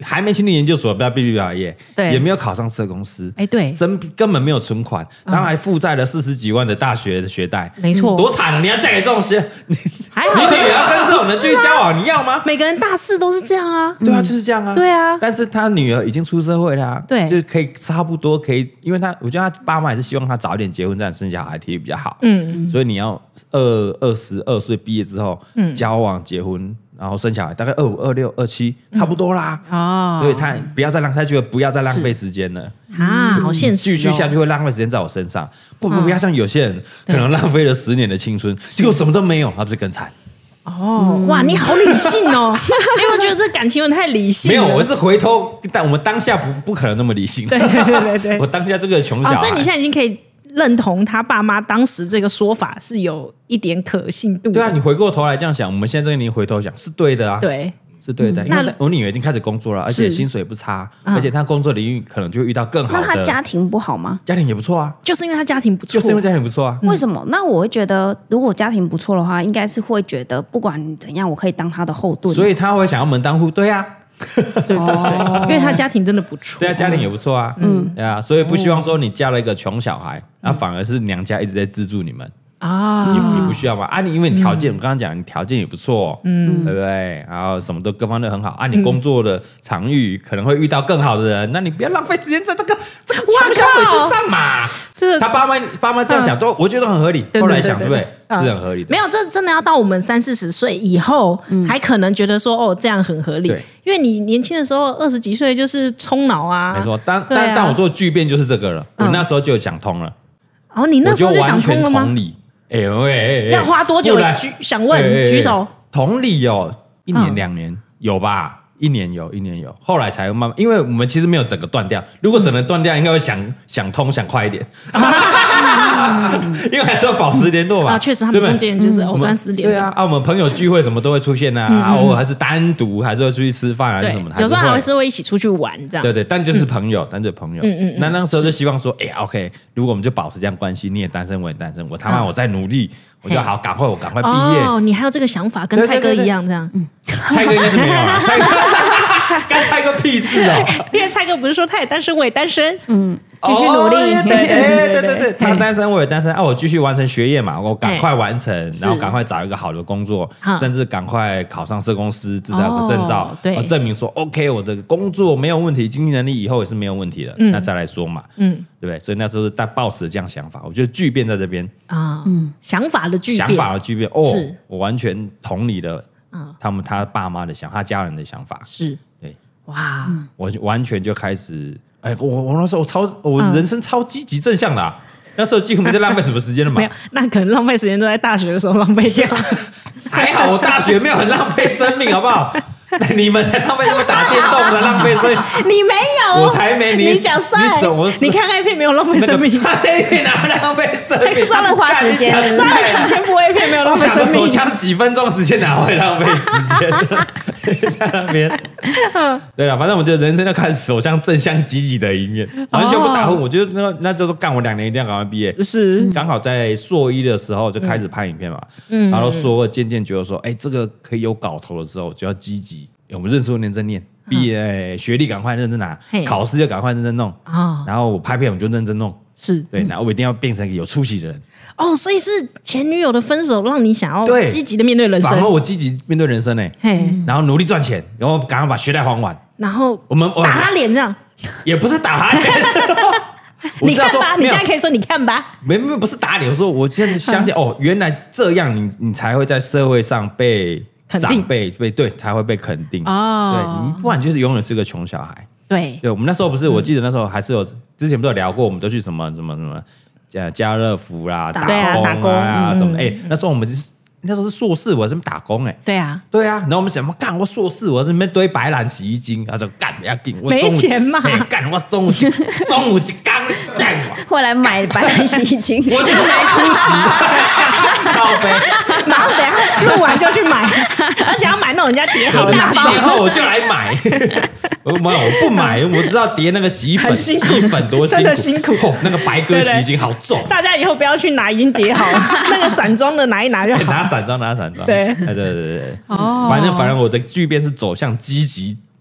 还没去念研究所，不要毕业业， 对， 也没有考上社公司， 哎，对， 身根本没有存款，然后还负债了四十几万的大学的学贷， 没错， 多惨啊！你要嫁给这种些，你还好， 你女儿要跟这种人继续交往，你要吗？ 每个人大四都是这样啊， 对啊，就是这样啊， 对啊。 但是他女儿已经出社会了， 对， 就是可以差不多可以，因为他我觉得他爸妈也是希望他早一点结婚，这样生小孩体力比较好，嗯，所以你要二二十二岁毕业之后，嗯，交往结婚。然后生小孩，大概二五、二六、二七，差不多啦。哦，所以他不要再浪，他觉得不要再浪费时间了啊，好现实、哦。 继续下去会浪费时间在我身上，不不不要像有些人可能浪费了十年的青春，结果什么都没有，那不是更惨？ 哦，嗯、哇，你好理性哦！因为我觉得这感情有点太理性了。 没有，我是回头，但我们当下不不可能那么理性。 对对对对对， 我当下这个穷小孩、 哦，所以你现在已经可以认同他爸妈当时这个说法是有一点可信度的。 对啊，你回过头来这样想，我们现在这个年回头想是对的啊。 对。 是对的，嗯、因为我女儿已经开始工作了，而且薪水不差，而且她工作领域可能就会遇到更好的。 那她家庭不好吗？ 家庭也不错啊， 就是因为她家庭不错， 就是因为家庭不错啊。 嗯、为什么？那我会觉得，如果家庭不错的话，应该是会觉得不管怎样，我可以当她的后盾。 所以她会想要门当户对啊。 对对对，哦、因为她家庭真的不错， 对啊，家庭也不错啊，嗯，对啊，所以不希望说你嫁了一个穷小孩，然后反而是娘家一直在资助你们。啊，你你不需要嘛？啊，你因为你条件，嗯、我刚刚讲，你条件也不错，嗯，对不对？然后什么都各方面都很好啊，你工作的场域可能会遇到更好的人，嗯、那你不要浪费时间在这个这个穷小鬼身上嘛。这他爸妈爸妈这样想，都我觉得都很合理。后来想，对不对？是很合理的。 没有，这真的要到我们三四十岁以后，才可能觉得说，哦，这样很合理。因为你年轻的时候，二十几岁就是冲脑啊。 没错，但但但我说的巨变就是这个了。我那时候就想通了。 哦，你那时候就想通了吗？ 同理。哎呦喂！ 要花多久？举想问，举手。 同理哦，一年两年有吧？一年有，一年有，后来才慢慢，因为我们其实没有整个断掉。如果整个断掉，应该会想想通，想快一点。因为还是要保持联络嘛。 啊，确实，他们中间就是藕断丝连。 对啊，啊，我们朋友聚会什么都会出现啊，啊，偶尔还是单独，还是会出去吃饭还是什么的。 有时候还是会一起出去玩这样。 对对，但就是朋友，单纯朋友。嗯嗯。那那时候就希望说，哎 ，OK， 如果我们就保持这样关系，你也单身，我也单身，我他妈我在努力。我就好，赶快我赶快毕业。 哦，你还有这个想法，跟蔡哥一样这样。 嗯，蔡哥应该是没有啊，蔡哥干蔡哥屁事哦。 因为蔡哥不是说他也单身，我也单身。 嗯，继续努力。 对对对对对，他单身我也单身啊，我继续完成学业嘛，我赶快完成，然后赶快找一个好的工作，甚至赶快考上社公司，至少有个证照，对，证明说 OK， 我的工作没有问题，经济能力以后也是没有问题的，那再来说嘛。嗯。对不对？所以那时候是带抱持这样想法，我觉得巨变在这边啊，嗯， 想法的巨变， 想法的巨变，哦，是我完全同理了，嗯，他们他爸妈的想，他家人的想法， 是对，哇，我完全就开始，哎，我我那时候我超，我人生超积极正向的、啊，那时候几乎没在浪费什么时间了嘛， 没有，那可能浪费时间都在大学的时候浪费掉， 还好我大学没有很浪费生命，好不好？你们才浪费那么打电动的浪费生命， 你没有， 我才没你， 你讲赛，你看 A 片没有浪费生命， 看 A 片哪浪费生命？ 刷了花时间， 刷了几千部 A 片没有浪费生命， 手枪几分钟时间哪会浪费时间？在那边，对了，反正我觉得人生就开始走向正向积极的一面，完全不打混。我觉得那那就是干我两年一定要赶快毕业， 是刚好在硕一的时候就开始拍影片嘛，嗯，然后硕二渐渐觉得说，哎，这个可以有搞头的时候就要积极。我们认识认真念，毕业学历赶快认真拿，考试就赶快认真弄啊。然后我拍片我就认真弄， 是对，然后我一定要变成一个有出息的人。 哦，所以是前女友的分手让你想要积极的面对人生， 然后我积极面对人生呢，然后努力赚钱，然后赶快把学贷还完， 然后我们打他脸这样， 也不是打他脸。 你看吧，你现在可以说你看吧， 没没不是打脸，我说我现在相信哦，原来这样你你才会在社会上被。长辈被对才会被肯定哦，对你不然就是永远是个穷小孩。 对， 对我们那时候不是，我记得那时候还是有之前不是有聊过，我们都去什么什么什么家家乐福啦、打工啊什么，哎，那时候我们是那时候是硕士，我在那边打工哎， 对啊， 对啊，然后我们想嘛，干我硕士，我在那边堆白兰洗衣精，他说干不要紧， 没钱嘛， 干我中午中午一缸干， 后来买白兰洗衣精， 我就是没出息，靠背。 然后等一下录完就去买，而且要买那种人家叠好的大包， 然后我就来买。我买我不买，我知道叠那个洗衣粉，洗衣粉多辛苦， 真的辛苦。 那个白鸽洗衣精好重， 大家以后不要去拿已经叠好了，那个散装的拿一拿就好。 拿散装，拿散装。 对对对对对。哦，反正反正我的巨变是走向积极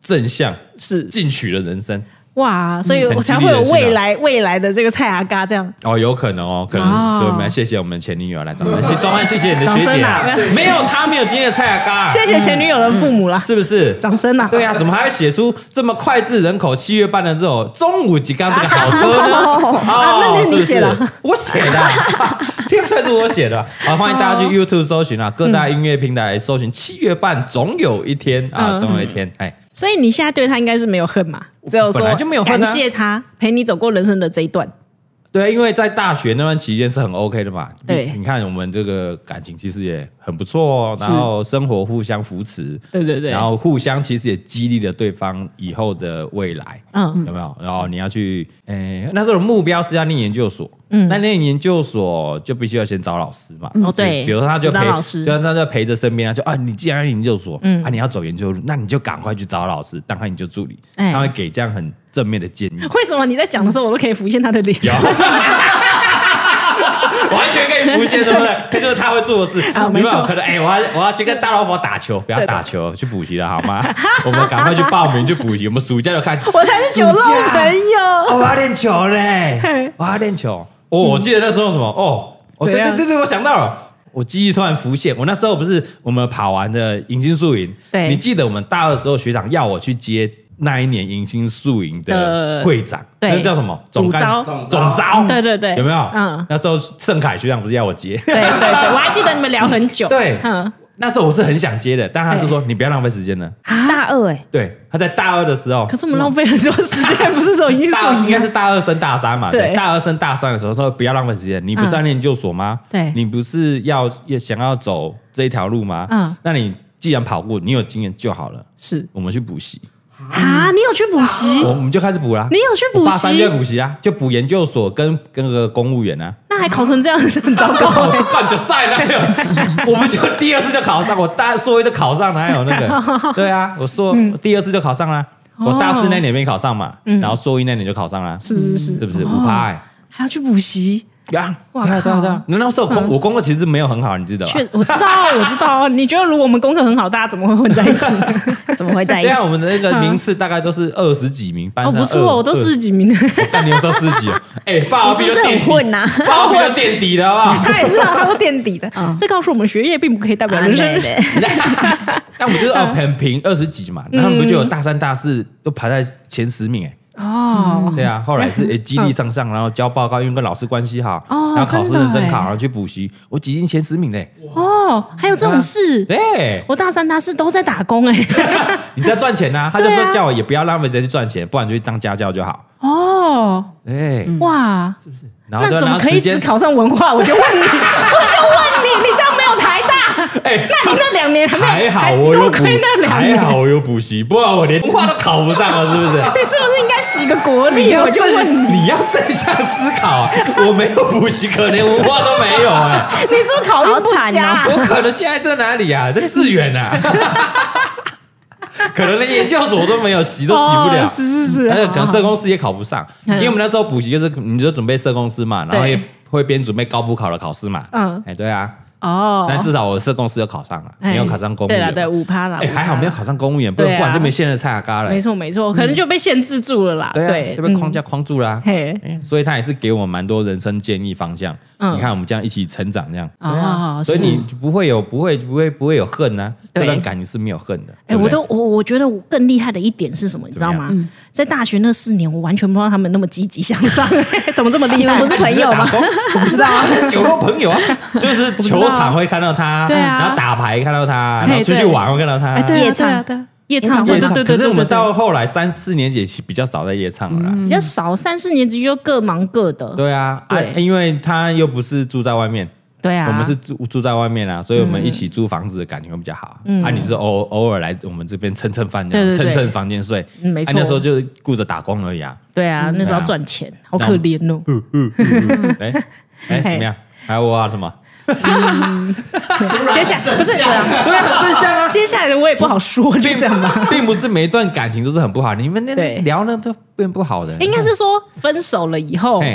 正向是进取的人生。 哇，所以我才会有未来未来的这个蔡阿嘎这样哦，有可能哦，可能、哦、所以我们要谢谢我们前女友来掌声，庄安谢谢你的学姐、啊，没有她没有今天的蔡阿嘎、啊， 谢谢前女友的父母啦， 是不是？ 掌声啊！ 对啊，怎么还会写出这么脍炙人口七月半的这种中午即刚这个好歌呢？哦， 啊、那是你写的， 是是我写的、啊，听不出来是我写的。好，欢迎大家去 YouTube 搜寻啊，各大音乐平台搜寻七月半总有一天啊，总有一天，哎。 所以你现在对他应该是没有恨嘛？只有说感谢他陪你走过人生的这一段。 对，因为在大学那段期间是很 OK 的嘛。 对， 你, 你看我们这个感情其实也很不错哦，然后生活互相扶持， 对对对， 然后互相其实也激励了对方以后的未来，嗯，有没有？然后你要去，诶，那时候的目标是要念研究所，嗯，那念研究所就必须要先找老师嘛， 哦对， 比如说他就陪， 老师， 就他就陪着身边啊，就啊，你既然要研究所，嗯，啊，你要走研究路，那你就赶快去找老师当他研究助理，他会给这样很正面的建议。 为什么你在讲的时候，我都可以浮现他的脸？ 完全可以浮现，对不对？这就是他会做的事。啊、没错，可能哎、欸，我要我要去跟大老婆打球，不要打球，去补习了好吗？我们赶快去报名去补习，我们暑假就开始。 我才是酒肉朋友， 哦、我要练球嘞，我要练球。哦，我记得那时候什么哦，哦对对对对，我想到了。我记忆突然浮现，我那时候不是我们跑完的迎新宿营，对，你记得我们大二的时候学长要我去接那一年迎新宿营的会长，那叫什么？ 总招， 总招， 对对对， 有没有？嗯，那时候盛凯学长不是要我接？ 对对对，我还记得你们聊很久。 对，嗯，那时候我是很想接的，但他是说你不要浪费时间了。 大二哎， 对，他在大二的时候， 可是我们浪费很多时间，不是说迎新宿营， 应该是大二升大三嘛？对，大二升大三的时候说不要浪费时间，你不是要念研究所吗？对，你不是要想要走这一条路吗？嗯，那你既然跑过，你有经验就好了。是，我们去补习。 啊！你有去补习？ 我们就开始补啦。 你有去补习？ 大三就补习啊，就补研究所跟跟个公务员啊。 那还考成这样子，很糟糕。 考是半决赛哪有？我们就第二次就考上，我大硕一就考上，哪有那个？对啊，我硕第二次就考上了。我大四那年没考上嘛，然后硕一那年就考上了。 是是是， 是不是五趴？还要去补习？ 呀，哇靠！对对，那时候功我功课其实没有很好，你知道吧？ 我知道，我知道。你觉得如果我们功课很好，大家怎么会混在一起？ 怎么会在一起？ 对啊，我们的那个名次大概都是二十几名，班上哦不错，我都四十几名。 但你们都四十几哦？哎，爸， 你是不是很混呐？ 超混垫底的好不好？ 他也是啊，他都垫底的。这告诉我们学业并不可以代表人生。 但我觉得哦，很平二十几嘛，然后他们不就有大三、大四都排在前十名哎。哦，对啊，后来是诶激励上上，然后交报告，因为跟老师关系好，然后考试认真考，然后去补习，我挤进前十名嘞。 哦，还有这种事？ 对， 我大三、大四都在打工哎。 你在赚钱啊？他就说叫我也不要浪费时间去赚钱，不然就去当家教就好。哦，哎， 哇， 是不是？ 那怎么可以只考上文化？我就问你，我就问你，你这样没有台大？哎，那你那两年还好，我有补，还好我有补习，不然我连文化都考不上了，是不是？ 你是不是应该洗个国力？我就问你，你要正向思考。我没有补习，可连文化都没有哎。 你是不是考虑不佳？ 我可能现在在哪里啊？在致远啊。可能连研究所都没有洗，都洗不了。 是是是， 而且可能社工师也考不上，因为我们那时候补习就是，你就准备社工师嘛，然后也会边准备高普考的考试嘛。嗯，哎，对啊。哦，但至少我社工师有考上了，没有考上公务员。 对了，对五趴了。 哎，还好没有考上公务员，不然就没现在蔡阿嘎了。 没错没错，可能就被限制住了啦。 对，就被框架框住了。嘿，所以他也是给我蛮多人生建议方向。你看我们这样一起成长，这样啊，所以你不会有不会不会不会有恨啊，这段感情是没有恨的。 哎，我都我我觉得我更厉害的一点是什么，你知道吗？在大学那四年，我完全不知道他们那么积极向上，怎么这么厉害？ 你们不是朋友吗？ 不是啊，酒肉朋友啊，就是球场会看到他，对啊，然后打牌看到他，然后出去玩会看到他， 夜唱对。夜唱， 对对对。可是我们到后来三四年级比较少在夜唱了， 比较少。三四年级就各忙各的。 对啊，对，因为他又不是住在外面， 对啊， 我们是住住在外面啊，所以我们一起租房子的感情会比较好。啊，你是偶偶尔来我们这边蹭蹭饭，蹭蹭房间睡， 没错。 那时候就顾着打工而已啊。 对啊，那时候要赚钱，好可怜哦。 哎哎，怎么样？还有我啊什么？ 嗯，接下来不是对啊， 对啊，很正向啊。 接下来的我也不好说，就这样吧。 并不是每一段感情都是很不好，你们那聊呢都变不好的。 应该是说分手了以后，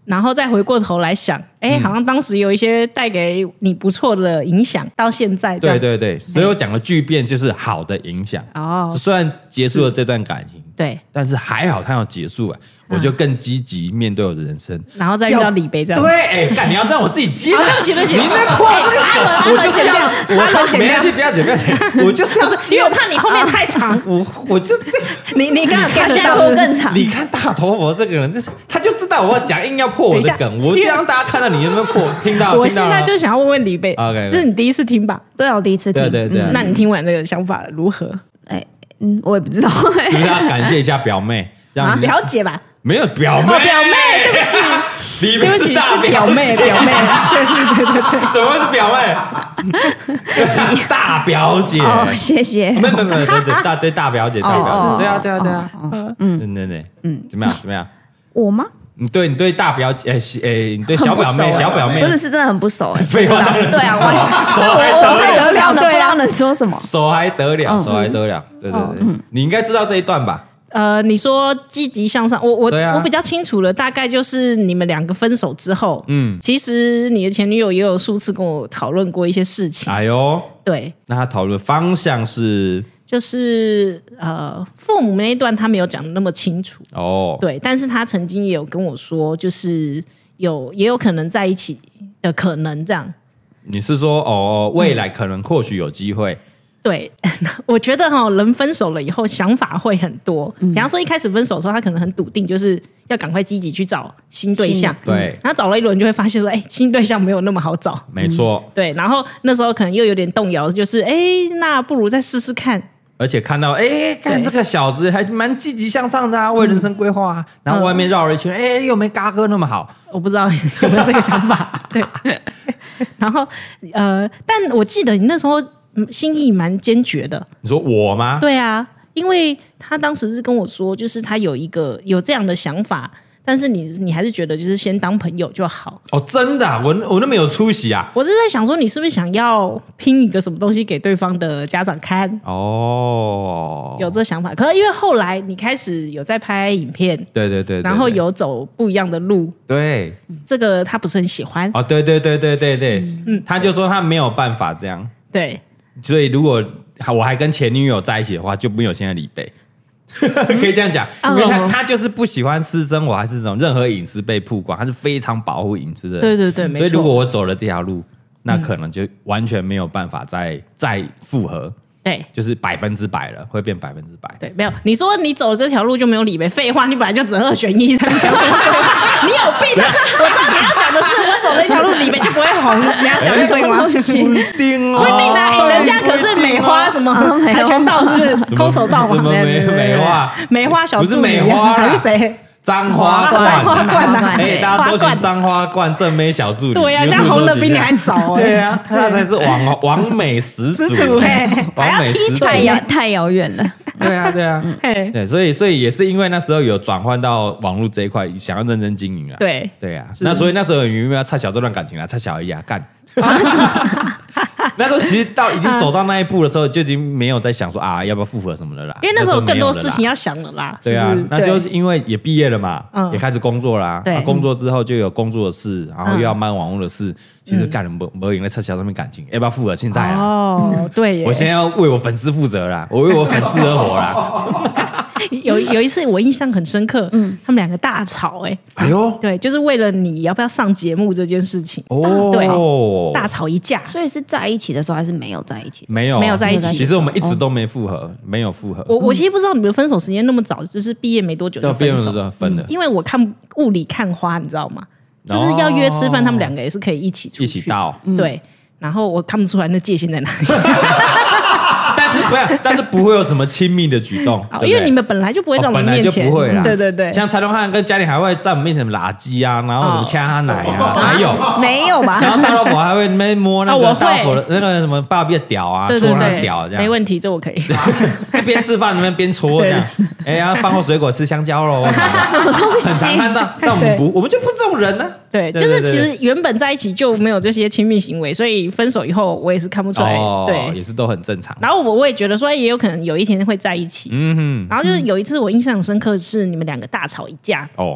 然后再回过头来想，哎，好像当时有一些带给你不错的影响，到现在这样。 对对对，所以我讲的巨变就是好的影响。 哦， 虽然结束了这段感情， 对， 但是还好它要结束了，我就更积极面对我的人生， 然后再遇到李贝这样。 对，哎，干你要让我自己接， 对不起对不起， 你在破这个梗，我就是要，我没关系，不要剪不要剪，我就是要， 因为我怕你后面太长， 我我就是这个， 你你刚好他现在拖更长。 你看大头佛这个人，就是他就知道我要讲，硬要破我的梗，我就让大家看到你有没有破，听到。 我现在就想要问问李贝，这是你第一次听吧？ 对啊，我第一次听。 对对对， 那你听完这个想法如何？ 哎，嗯，我也不知道， 是不是要感谢一下表妹？让表姐吧。 没有表妹， 表妹，对不起， 对不起， 是表妹，表妹，对对对对对， 怎么会是表妹？大表姐， 哦，谢谢。 没有没有没有，对对大对大表姐，大表姐，对啊对啊对啊，嗯，对对对，嗯，怎么样怎么样？ 我吗？ 你对你对大表姐，哎哎，你对小表妹，小表妹不是是真的很不熟哎， 废话当然对啊， 我所以我所以得了，不知道能说什么， 手还得了，手还得了，对对对，你应该知道这一段吧？ 呃，你说积极向上，我我、 啊、 我比较清楚了，大概就是你们两个分手之后，嗯，其实你的前女友也有数次跟我讨论过一些事情。 哎呦， 对， 那他讨论方向是， 就是呃，父母那一段他没有讲的那么清楚哦，对，但是他曾经也有跟我说，就是有也有可能在一起的可能这样。 你是说哦，未来可能或许有机会？嗯对，我觉得哈、哦，人分手了以后想法会很多。嗯、比方说一开始分手的时候，他可能很笃定，就是要赶快积极去找新对象。 对， 然后找了一轮就会发现说，哎，新对象没有那么好找。 没错、嗯。 对，然后那时候可能又有点动摇，就是哎，那不如再试试看。 而且看到哎，看这个小子还蛮积极向上的啊，为人生规划啊。然后外面绕了一圈，哎、嗯，又没嘎哥那么好。 我不知道有没有这个想法。对。然后呃，但我记得你那时候。心意蛮坚决的。 你说我吗？ 对啊，因为他当时是跟我说，就是他有一个有这样的想法，但是你你还是觉得就是先当朋友就好。 哦，真的、啊，我我那么有出息啊！ 我是在想说，你是不是想要拼一个什么东西给对方的家长看？ 哦， 有这想法。可是因为后来你开始有在拍影片， 对对 对, 对， 然后有走不一样的路， 对， 这个他不是很喜欢。 哦，对对对对对对，嗯，他就说他没有办法这样。 对。 所以，如果我还跟前女友在一起的话，就没有现在李贝，可以这样讲。因为他他就是不喜欢私生活，还是这种任何隐私被曝光，他是非常保护隐私的人。 对对对，没错。 所以，如果我走了这条路，那可能就完全没有办法再再复合。 对， 就是百分之百了，会变百分之百。 对，没有你说你走了这条路就没有李贝，废话，你本来就只二选一，他们讲什么废话？你有病啊！我知道你要讲的是我走了一条路，李贝就不会红，你要讲什么东西？ 不一定哦， 不一定啊！人家可是梅花什么跆拳道，是不是空手道嘛？ 什么梅梅花？ 梅花小不是梅花， 还是谁？ 彰花冠， 彰花冠啊！ 哎，大家搜寻彰花冠正妹小助理， 对呀，人家红的比你还早哎。 对呀，他才是王王美始祖哎， 王美始祖太遥太遥远了。 对啊，对啊，对，所以所以也是因为那时候有转换到网络这一块，想要认真经营啊。 对对啊，那所以那时候有没有要插小这段感情啊？插小一啊，干。那时候其实到已经走到那一步的时候，就已经没有在想说啊要不要复合什么的啦， 因为那时候有更多事情要想了啦。 对啊，那就因为也毕业了嘛，也开始工作啦。 对， 工作之后就有工作的事，然后又要忙网络的事，其实干了没没赢在插小上面感情，要不要复合？现在啊， 哦，对， 我现在要为我粉丝负责啦，我为我粉丝而活啦。 有有一次我印象很深刻，嗯，他们两个大吵、欸，哎， 哎呦， 对，就是为了你要不要上节目这件事情， 哦， 对，大吵一架， 所以是在一起的时候还是没有在一起？ 没有， 没有在一起。 其实我们一直都没复合，没有复合。 我我其实不知道你们分手时间那么早，就是毕业没多久就分手， 分了。 因为我看雾里看花，你知道吗？就是要约吃饭，他们两个也是可以一起出去， 一起到， 对。然后我看不出来那界限在哪里。 但是不要，但是不会有什么亲密的举动，对对因为你们本来就不会在我们面前， 哦、本来就不会啦。 对对对， 像蔡东汉跟嘉玲还会在我们面前垃圾啊，然后什么掐他奶啊，没有没有吧？ 然后大老婆还会那摸那个大老婆的那个什么芭比的屌啊， 对对对， 戳他屌这样， 没问题，这我可以。 边吃饭那边边戳这样，哎呀，饭后水果吃香蕉喽， 什么东西？ 很常看到，但我们不，我们就不是这种人呢、啊。 对，就是其实原本在一起就没有这些亲密行为，所以分手以后我也是看不出来， 哦、 对， 也是都很正常。 然后我我也觉得说，也有可能有一天会在一起。嗯哼。然后就是有一次我印象很深刻是你们两个大吵一架。 哦。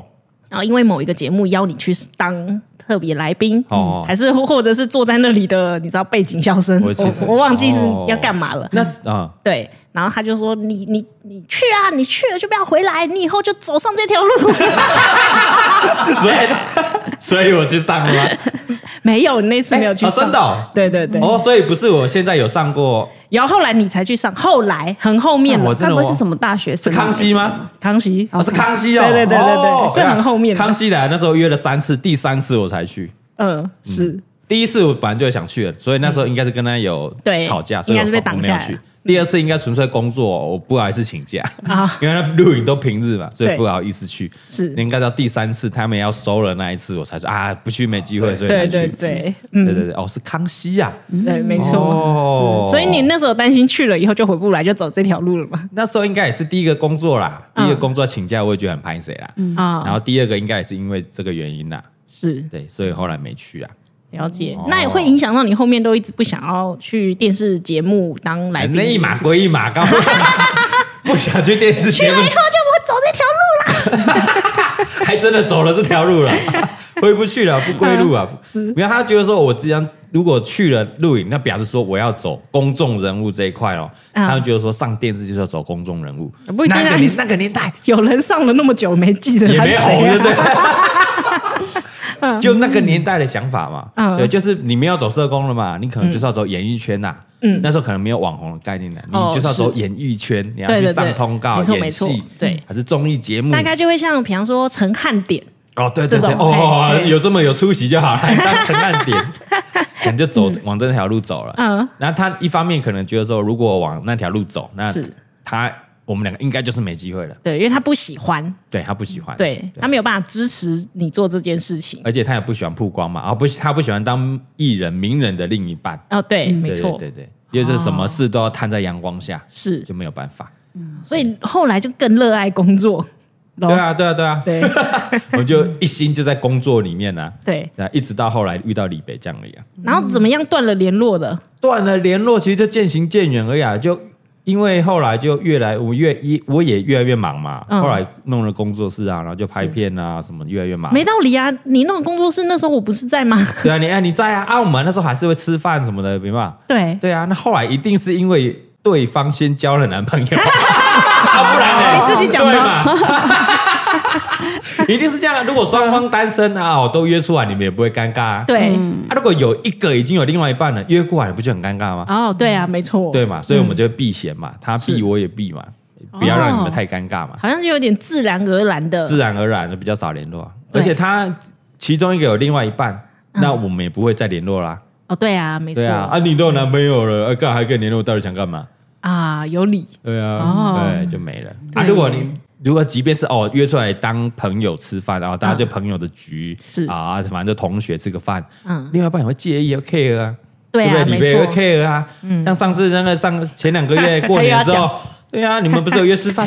然后因为某一个节目邀你去当特别来宾， 哦还是或者是坐在那里的，你知道背景笑声，我我其实我忘记是要干嘛了。 那是啊， 对，然后他就说你你你去啊，你去了就不要回来，你以后就走上这条路。 所以所以我去上了吗？ 没有，你那次没有去哦上， 真的哦对对对。 哦，所以不是我现在有上过， 然后后来你才去上，后来很后面了。 我真的该不会是什么大学生？ 是康熙吗？ 康熙， 哦，是康熙哦， 对对对对对哦是很后面的康熙来那时候约了三次，第三次我才去。 嗯，是第一次我本来就想去了，所以那时候应该是跟他有对吵架，所以我应该是被挡下来我没有去。第二次应该纯粹工作，我不好意思请假啊， 因为他录影都平日嘛，所以对不好意思去。 是， 应该到第三次他们要收了那一次，我才说啊，不去没机会，所以才对去。 对对， 对嗯， 对对，哦，是康熙呀， 对，没错。 哦是所以你那时候担心去了以后就回不来，就走这条路了嘛？ 那时候应该也是第一个工作啦，第一个工作请假我也觉得很拍谁啦。 啊， 然后第二个应该也是因为这个原因啦， 是对，所以后来没去啊。 了解哦， 那也会影响到你后面都一直不想要去电视节目当来宾。 那一码归一码，刚不想去电视节目， 以后就不会走这条路啦。 还真的走了这条路了，回不去了，不归路啊！ 是， 因为他觉得说，我既然如果去了录影，那表示说我要走公众人物这一块哦。 嗯他们觉得说上电视就是要走公众人物， 不一定啊那个年那个年代有人上了那么久没记得也没他是谁红，对不对？ 啊？ 就那个年代的想法嘛， 嗯对，就是你们要走社工了嘛，你可能就是要走演艺圈呐。 嗯那时候可能没有网红的概念呢，你哦就是要走是演艺圈，你要去对对对上通告、 没错演没错戏， 对还是综艺节目， 大概就会像，比方说陈汉典， 哦，对对对， 这种哦嘿，嘿有这么有出息就好了，当陈汉典，可能就走往这条路走了。 嗯， 然后他一方面可能觉得说，如果往那条路走，那是他我们两个应该就是没机会了。 对，因为他不喜欢， 对他不喜欢， 对他没有办法支持你做这件事情。 而且他也不喜欢曝光嘛，啊不，他不喜欢当艺人名人的另一半。 哦，对，没对错， 对对对，因为这什么事都要摊在阳光下， 是， 就没有办法。 所以后来就更热爱工作。 对啊，对啊，对啊， 对我就一心就在工作里面啊， 对， 对啊，一直到后来遇到李北这样而已啊。 然后怎么样断了联络的？ 断了联络，其实就渐行渐远而已啊。就因为后来就越来我越一我也越来越忙嘛， 嗯后来弄了工作室啊，然后就拍片啊什么，越来越忙。 没道理啊！你那种工作室那时候我不是在吗？ 对啊，你哎你在啊啊，我们那时候还是会吃饭什么的，明白？ 对， 对啊，那后来一定是因为对方先交了男朋友，啊不然呢？ 你自己讲的对嘛？一定是这样啊！如果双方单身啊，哦都约出来，你们也不会尴尬啊。 对， 啊，如果有一个已经有另外一半了，约过来不就很尴尬吗？ 哦，对啊，没错， 对嘛，所以我们就避嫌嘛，他避是我也避嘛，不要让你们太尴尬嘛， 好像就有点自然而然的， 自然而然的比较少联络啊。 对而且他其中一个有另外一半，那我们也不会再联络啦。 哦，对啊，没错， 对啊，啊你都有男朋友了，啊干还跟你联络，到底想干嘛？ 啊，有理， 对啊， 哦对，就没了啊。 对如果你如果即便是哦约出来当朋友吃饭，然后大家就朋友的局是啊，反正就同学吃个饭， 嗯， 另外一半也会介意，会 care 啊。 对啊， 不对？ 没李贝也会错， care 啊，像上次那个上前两个月过年的时还有候，对啊，你们不是有约吃饭？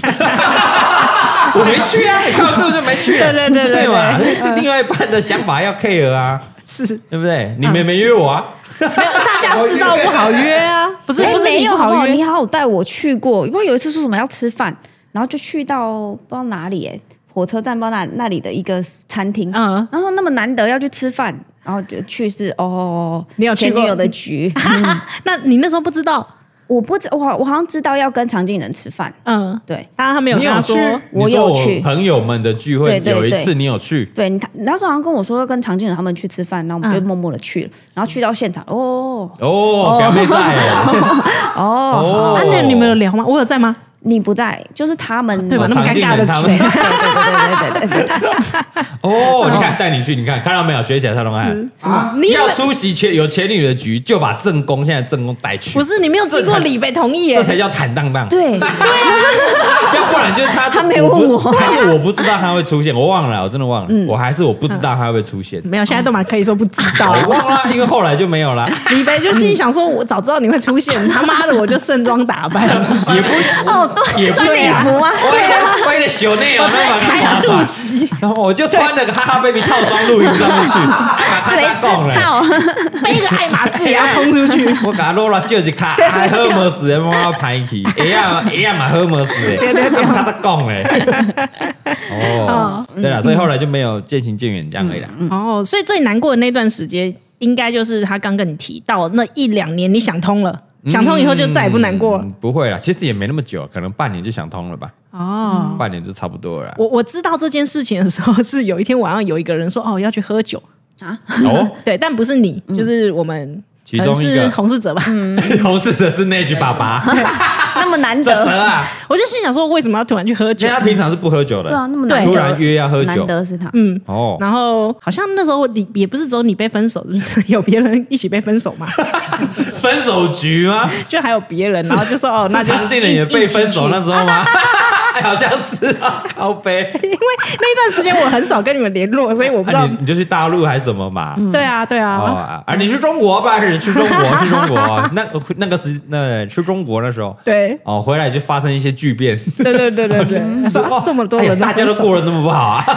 我没去啊，你看我是不是就没去了？ 对对对对对嘛？ 对另外一半的想法要 care 啊， 是对不对？你们也没约我啊， 没有大家知道不好约啊，不是哎不是你没有好不好？ 不好约你，好好带我去过，因为有一次说什么要吃饭，然后就去到不知道哪里哎、火车站不知道哪那里的一个餐厅， 嗯， 然后那么难得要去吃饭，然后就去是哦， 你有去过前女友的局， 那你那时候不知道， 我不知我好我好像知道要跟常静人吃饭， 嗯， 对当然他没有你有去跟他说，？ 我你说有去朋友们的聚会对对对有一次你有去， 对，你他你那时候好像跟我说要跟常静人他们去吃饭，然后我们就嗯默默的去了，然后去到现场，哦哦，表妹在哦， 哦， 啊，那你们有聊吗？我有在吗？ 你不在，就是他们对吧？那么尴尬的常局静人， 对对对对对对对， 哦，你看带你去，你看看到没有？学起来，蔡东汉啊， 你以为要出席前有前女的局，就把正宫现在正宫带去， 不是你没有经过李贝同意耶这？才叫坦荡荡。 对， 要不然就是他他没问我不还是我不知道他会出现，我忘了，我真的忘了，我还是我不知道他会出现， 没有，现在都蛮可以说不知道我。忘了，因为后来就没有了， 李贝就心里想说，我早知道你会出现，他妈的我就盛装打扮。 也不哦， 也不穿礼假， 服吗？ 对啊，为了小内哦，那蛮肚脐， 然后我就穿了个哈哈 baby 套装露营上面去， 谁知道？ 背个爱马仕也要冲出去。 我给他落了就一卡，还喝没死的，我要排气，哎呀哎呀嘛喝没死的，他在讲嘞。哦，对了，所以后来就没有渐行渐远这样而已啦。 哦，所以最难过的那段时间，应该就是他刚跟你提到那一两年，你想通了，想通以后就再也不难过了。 嗯、不会啦，其实也没那么久，可能半年就想通了吧。哦，半年就差不多了啦。 我我知道这件事情的时候，是有一天晚上有一个人说：“哦，要去喝酒啊。” 哦， 对，但不是你，就是我们。 其中一个洪世哲吧， 嗯、 洪世哲是 Nash 爸爸， 那么难得啊！ 我就心想说，为什么要突然去喝酒？ 因为他平常是不喝酒的， 对啊，那么难得突然约要喝酒， 难得是他， 嗯哦。然后好像那时候你也不是只有你被分手，就是有别人一起被分手嘛？ 分手局吗？ 就还有别人，然后就说哦，那常见人也被分手那时候吗？好像是啊，靠北。 因为那段时间我很少跟你们联络，所以我不知道、 啊、你, 你就去大陆还是什么嘛？ 嗯、对啊，对啊。 哦、啊，啊你去中国吧？是去中国，去中国。那那个时那去中国那时候， 对哦，回来就发生一些巨变。 对对对对对，说、哦、这么多人、哎， 大家都过得那么不好啊。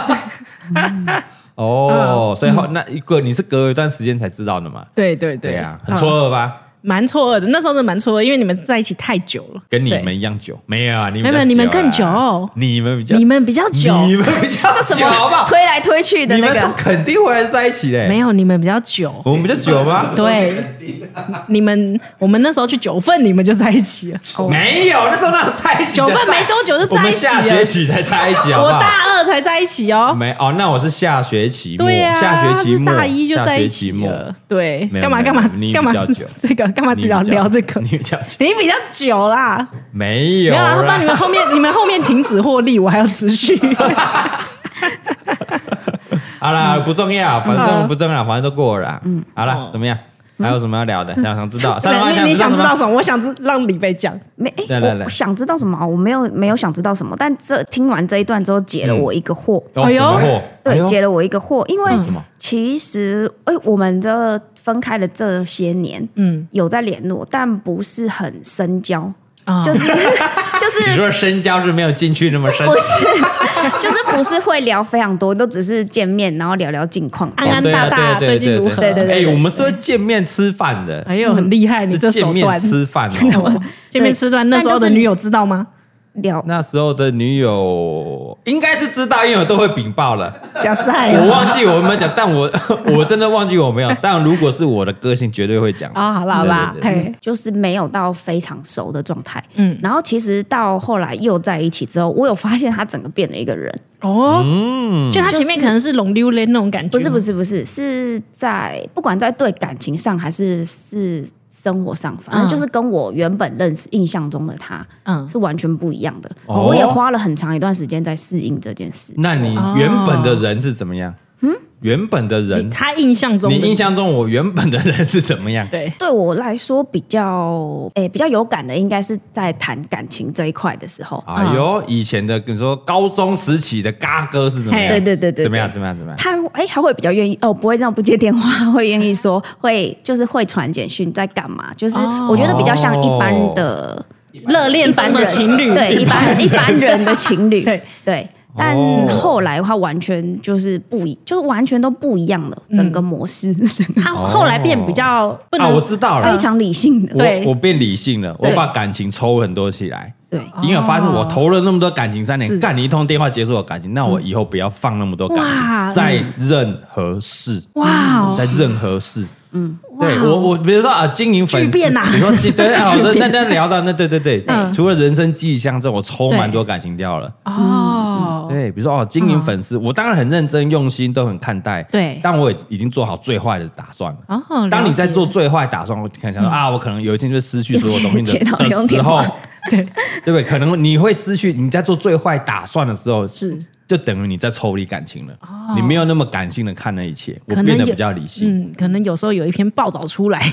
哦，所以后那一个你是隔一段时间才知道的嘛？ 对对对， 对啊，很错愕吧？ 蛮错愕的，那时候是蛮错愕，因为你们在一起太久了， 跟你们一样久，没有啊？你们没有，你们更久， 你们比较， 你们比较久， 你们比较久， 这什么好不好？推来推去的那个， 你们肯定回来在一起嘞。 没有，你们比较久， 我们比较久吗？ 对，你们我们那时候去九份，你们就在一起了。 哦、没有，那时候哪有在一起？ 九份没多久就在一起了。 我们下学期才在一起，好不好？ 我大二才在一起哦。 没哦，那我是下学期末， 对啊， 下学期末大一就在一起了。对，干嘛干嘛干嘛？这个干嘛聊聊这个？ 你比较久， 你比较久啦。 没有， 没有啦，不然你们后面你们后面停止获利，我还要持续。 好啦，不重要，反正不重要，反正都过了啦。嗯，好了，怎么样？还有什么要聊的？想想知道？ 你你想知道什么？我想知让李贝讲。 没，我想知道什么？我没有没有想知道什么，但这听完这一段之后，解了我一个惑。 哎呦， 对，解了我一个惑，因为其实哎，我们这分开的这些年，嗯，有在联络，但不是很深交。就是就是你说深交是没有进去那么深， 不是，就是不是会聊非常多，都只是见面然后聊聊近况， 安安大大最近如何？ 对对对， 哎，我们是会见面吃饭的， 哎呦很厉害，你这手段吃饭哦， 见面吃饭，那时候的女友知道吗？ 聊那时候的女友应该是知道，因为我都会禀报了。 假赛， 我忘记我有没有讲，但我我真的忘记我没有。但如果是我的个性，绝对会讲。 啊，好啦好啦，嘿， 就是没有到非常熟的状态。嗯，然后其实到后来又在一起之后，我有发现他整个变了一个人。 哦，嗯，就他前面可能是龙溜溜那种感觉， 不是不是不是，是在不管在对感情上还是是。生活上，反正就是跟我原本认识、印象中的他，嗯，是完全不一样的。哦、我也花了很长一段时间在适应这件事。 那你原本的人是怎么样？嗯，原本的人， 他印象中， 你印象中我原本的人是怎么样？ 对， 对我来说比较，诶，比较有感的，应该是在谈感情这一块的时候。 哎呦，以前的，你说高中时期的嘎哥是怎么样？ 对对对对， 怎么样？怎么样？怎么样？ 他哎，他会比较愿意哦，不会这样不接电话，会愿意说，会就是会传简讯，在干嘛？就是我觉得比较像一般的热恋中的情侣， 对，一般一般人的情侣，对对。但后来他完全就是不一，就是完全都不一样了，整个模式。 他后来变比较不能啊，我知道了， 非常理性的。 对，我变理性了，我把感情抽很多起来。 对， 因为我发现我投了那么多感情三年，干你一通电话结束我感情，那我以后不要放那么多感情在任何事。哇，在任何事。嗯，对我我比如说啊，经营粉丝，你说对啊，那那聊到那对对对，除了人生迹象之后，我抽蛮多感情掉了。哦，对，比如说哦，经营粉丝，我当然很认真用心，都很看待。对，但我也已经做好最坏的打算了。哦，当你在做最坏打算，我看想说啊，我可能有一天就失去所有东西的的时候，对对不对？可能你会失去你在做最坏打算的时候是。就等于你在抽离感情了，哦、你没有那么感性的看那一切，我变得比较理性。 嗯，可能有时候有一篇报道出来，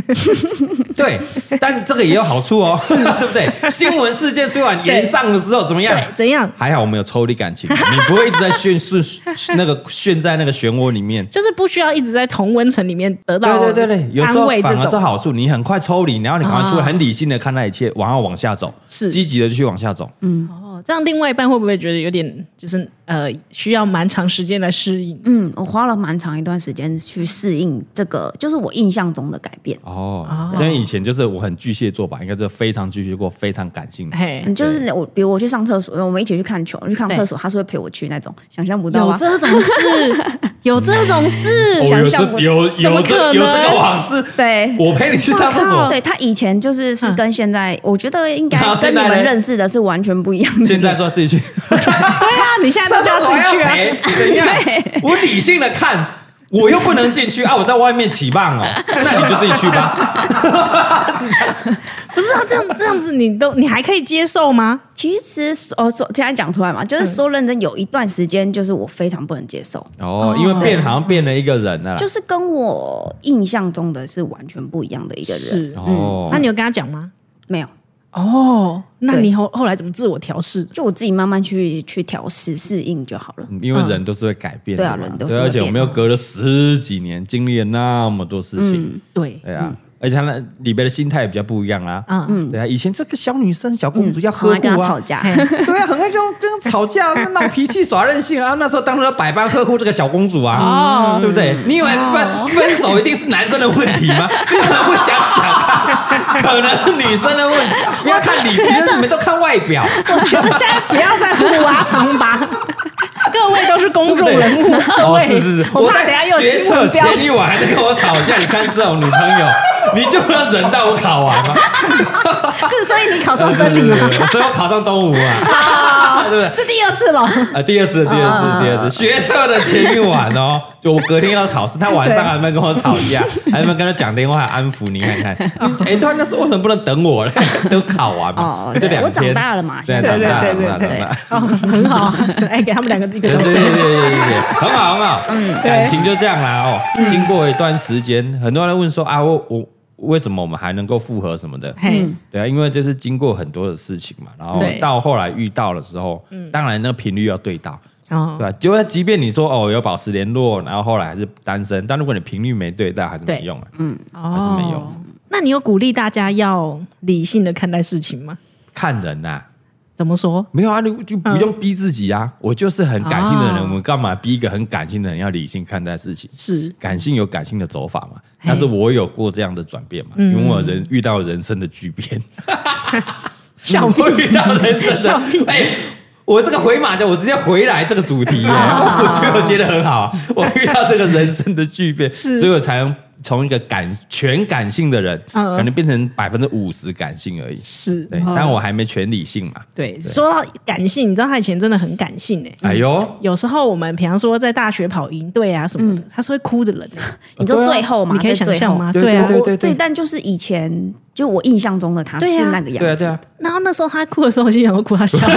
对，但这个也有好处哦，对不对？新闻事件突然延上的时候怎么样？ 对，怎样？ 还好我们有抽离感情，你不会一直在陷陷那个陷在那个漩涡里面， 就是不需要一直在同温层里面得到安慰。 对对对，有时候反而是好处，你很快抽离，然后你赶快出来，很理性的看待一切，然后往下走，是积极的去往下走。嗯， 哦，这样另外一半会不会觉得有点就是呃需要蛮长时间来适应？ 嗯，我花了蛮长一段时间去适应这个，就是我印象中的改变。 哦，因为以前就是我很巨蟹座吧，应该是非常巨蟹座，非常感性的。 嗯，就是我，比如我去上厕所，我们一起去看球，去上厕所，他是会陪我去那种，想象不到、啊、 有这种事，有这种事， 嗯、 想象不有有有这有这个往事。 对， 我陪你去上厕所。 对，他以前就是是跟现在，嗯、我觉得应该跟你们认识的是完全不一样的。 现在说自己去， 对啊，你现在都叫自己去啊？ 怎样？我理性的看。我又不能进去啊！我在外面起棒哦，那你就自己去吧。 是这样，不是啊，这样这样子你都你还可以接受吗？ 其实哦，说现在讲出来嘛，就是说认真有一段时间，就是我非常不能接受哦，因为变好像变了一个人了， 就是跟我印象中的是完全不一样的一个人。 是哦、嗯，那你有跟他讲吗？ 没有。 哦，那你后后来怎么自我调试？ 就我自己慢慢去去调试适应就好了。 因为人都是会改变的、 嗯，对啊，人都是会变的。 而且我们又隔了十几年，经历了那么多事情， 嗯、对对啊。嗯，而且他那里边的心态也比较不一样啊。嗯，对啊，以前这个小女生、小公主要呵护啊， 很爱跟她吵架， 对啊，很爱跟跟她吵架、闹脾气、耍任性啊。那时候当时百般呵护这个小公主啊，哦，对不对？你以为分分手一定是男生的问题吗？你怎么不想想看？可能是女生的问题。不要看里边，你们都看外表。 我觉得现在不要再胡诌长拔。各位都是公众人物，各位， 哦，是是是，我在学测前一晚还在跟我吵架，你看这种女朋友，你就不要忍到我考完吗？ 是，所以你考上真理吗？ 所以我考上东吴啊，对不对？ 是第二次了啊，第二次，第二次，第二次，学测的前一晚哦，就我隔天要考试，他晚上还没跟我吵架，还没跟他讲电话，还安抚你看看。哎，他那时候为什么不能等我呢？都考完嘛，就两天。 我长大了嘛， 现在长大了，长大，长大。 哦，很好，哎，给他们两个一个。对对对对对，很好很好，嗯，感情就这样啦哦。经过一段时间，很多人问说啊，我我为什么我们还能够复合什么的？嗯，对啊，因为就是经过很多的事情嘛，然后到后来遇到的时候，当然那个频率要对到，对吧？就即便你说哦有保持联络，然后后来还是单身，但如果你频率没对到，还是没用啊，嗯，还是没用。 那你有鼓励大家要理性的看待事情吗？ 看人呐。 怎么说？ 没有啊，你就不用逼自己啊。嗯、我就是很感性的人，我们干嘛逼一个很感性的人要理性看待事情？ 是感性有感性的走法嘛？但是我有过这样的转变嘛？嗯、因为我人遇到人生的巨变， 小我遇到人生的哎。我这个回马枪，我直接回来这个主题耶，啊、我觉得我接得很好。我遇到这个人生的巨变，所以我才能从一个感全感性的人，嗯、可能变成百分之五十感性而已。 是， 对，但我还没全理性嘛。 对，对说到感性，你知道他以前真的很感性哎。 哎呦， 有时候我们比方说在大学跑营队啊什么的，嗯、他是会哭的人。 你说最后嘛， 你可以想象吗？ 对啊，对对对。但就是以前，就我印象中的他是那个样子。 对啊，对啊。 然后那时候他哭的时候，我心想说哭他笑。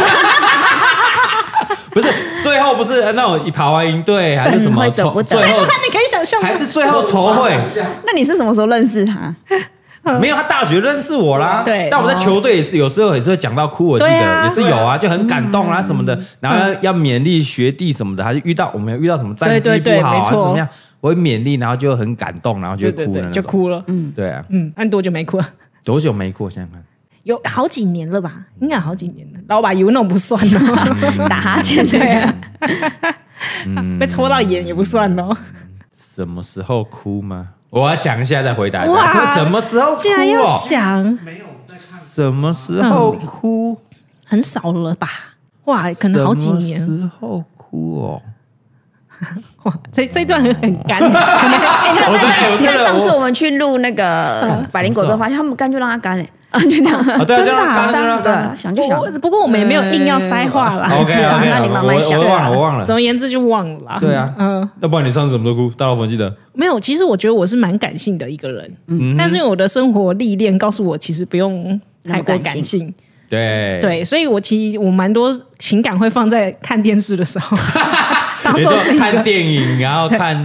不是最后不是那种一跑完营队还是什么筹，最后你可以想象， 还是最后筹会。 那你是什么时候认识他？ 没有，他大学认识我啦。 对， 但我在球队也是有时候也是会讲到哭，我记得也是有啊，就很感动啊什么的。然后要勉励学弟什么的，还是遇到我们遇到什么战绩不好啊怎么样，我会勉励，然后就很感动，然后就哭了， 就哭了。嗯， 对啊， 嗯，那你多久没哭了？ 多久没哭？想想看。 有好几年了吧，应该好几年了。然后把油弄不算哦，嗯、打哈欠对啊，嗯、被戳到眼也不算哦。 什么时候哭吗？我要想一下再回答。哇，什么时候哭、哦？ 竟然要想， 没有在看。 什么时候哭？嗯、 很少了吧？哇，可能好几年。 什么时候哭哦？ 哇，这这一段很很干。 那上次我们去录那个百灵果之后，发现他们干就让它干嘞。啊，就这样， 啊、对啊，真的啊， 当然的，想就想。 不過我们也没有硬要塞话啦。 OK， 那你慢慢想。 我忘了，我忘了。 总而言之就忘了啦。 对啊，嗯，要不然你上次什么时候哭？大老粉记得没有？其实我觉得我是蛮感性的一个人，嗯，但是因为我的生活历练告诉我，其实不用太过感性。 对对，所以我其实我蛮多情感会放在看电视的时候，当做是看电影，然后看。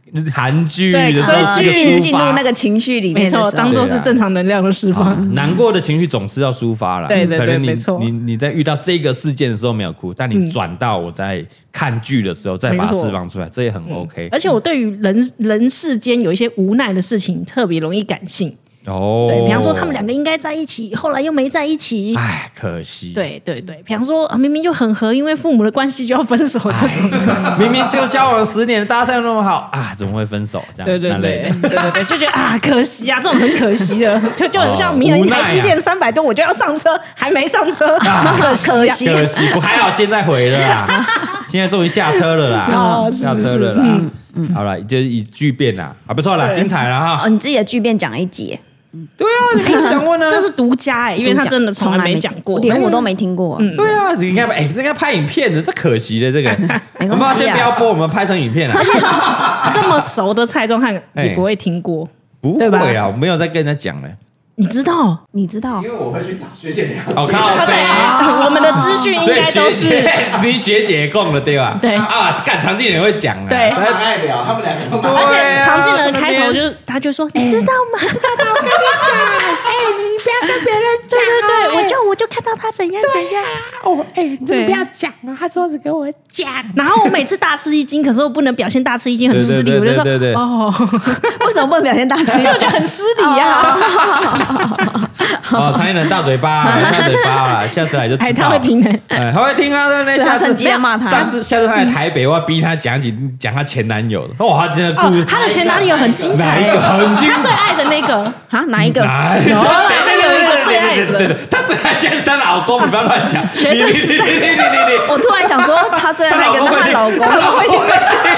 韩剧对的时候追剧进进入那个情绪里面的时候， 没错，当做是正常能量的释放。 啊难过的情绪总是要抒发啦。 对对对可能你没错你你在遇到这个事件的时候没有哭，但你转到我在看剧的时候再把它释放出来，这也很 OK。 而且我对于人人世间有一些无奈的事情特别容易感性。 哦， 对，比方说他们两个应该在一起，后来又没在一起， 哎，可惜。 对对对，比方说、啊、明明就很合，因为父母的关系就要分手这种的， 明明就交往十年，大家现在那么好啊，怎么会分手？这样对对那类的对对对对，就觉得啊可惜啊，这种很可惜的，就就很像明年台积电三百多我就要上车，还没上车， 啊可惜、啊、 可惜可惜，不还好现在回了啦，现在终于下车了啦， 哦是下车了啦。 嗯嗯，好了，就是以巨变啦，啊，不错啦， 对精彩了哈。 哦，你自己的剧变讲了一集， 对啊，你不想问啊？ 这是独家哎、欸，因为他真的从来没讲过， 连我都没听过。嗯， 对啊，这应该哎，这应该拍影片的，这可惜了这个。 没关系啊我们要先不要播，我们拍成影片啊。 这么熟的蔡宗翰也不会听过， 不对吧会啊，我没有在跟人家讲嘞。 你知道？ 你知道因？为我会去找学姐聊。 哦，靠对， 背。 我们的资讯应所以该都是学姐，你学姐供了对吧？ 对啊，干常进人会讲啊。 对他们很爱聊，他们两个都蛮而对啊且常进人的开头就是他就说，你知道吗？知道的，我跟你讲，哎，你不要跟别人讲，对对对，我就我就看到他怎样怎样， 哦，哎、你真的不要讲啊！他说是跟我讲， 然后我每次大吃一惊，可是我不能表现大吃一惊很失礼， 对我就说对对对对哦， 为什么不能表现大气？ 因为我觉得很失礼呀。 哦，常进人大嘴巴，大嘴巴啊，下次来就知道。 哎，他会听的， 哎，他会听啊，对不对？下次所以他趁机要骂他下次下次他来台北，我要逼他讲几讲他前男友的。哇，他真的故哦，他的前男友很精彩， 哪一个很精彩他最爱的那个， 啊，哪一个？ 哪有啊他有一个最爱的对对对对，他最爱现在是她老公，你不要乱讲。 学生时代你你你你你， 我突然想说，她最爱那个是她老公。 她老公会听，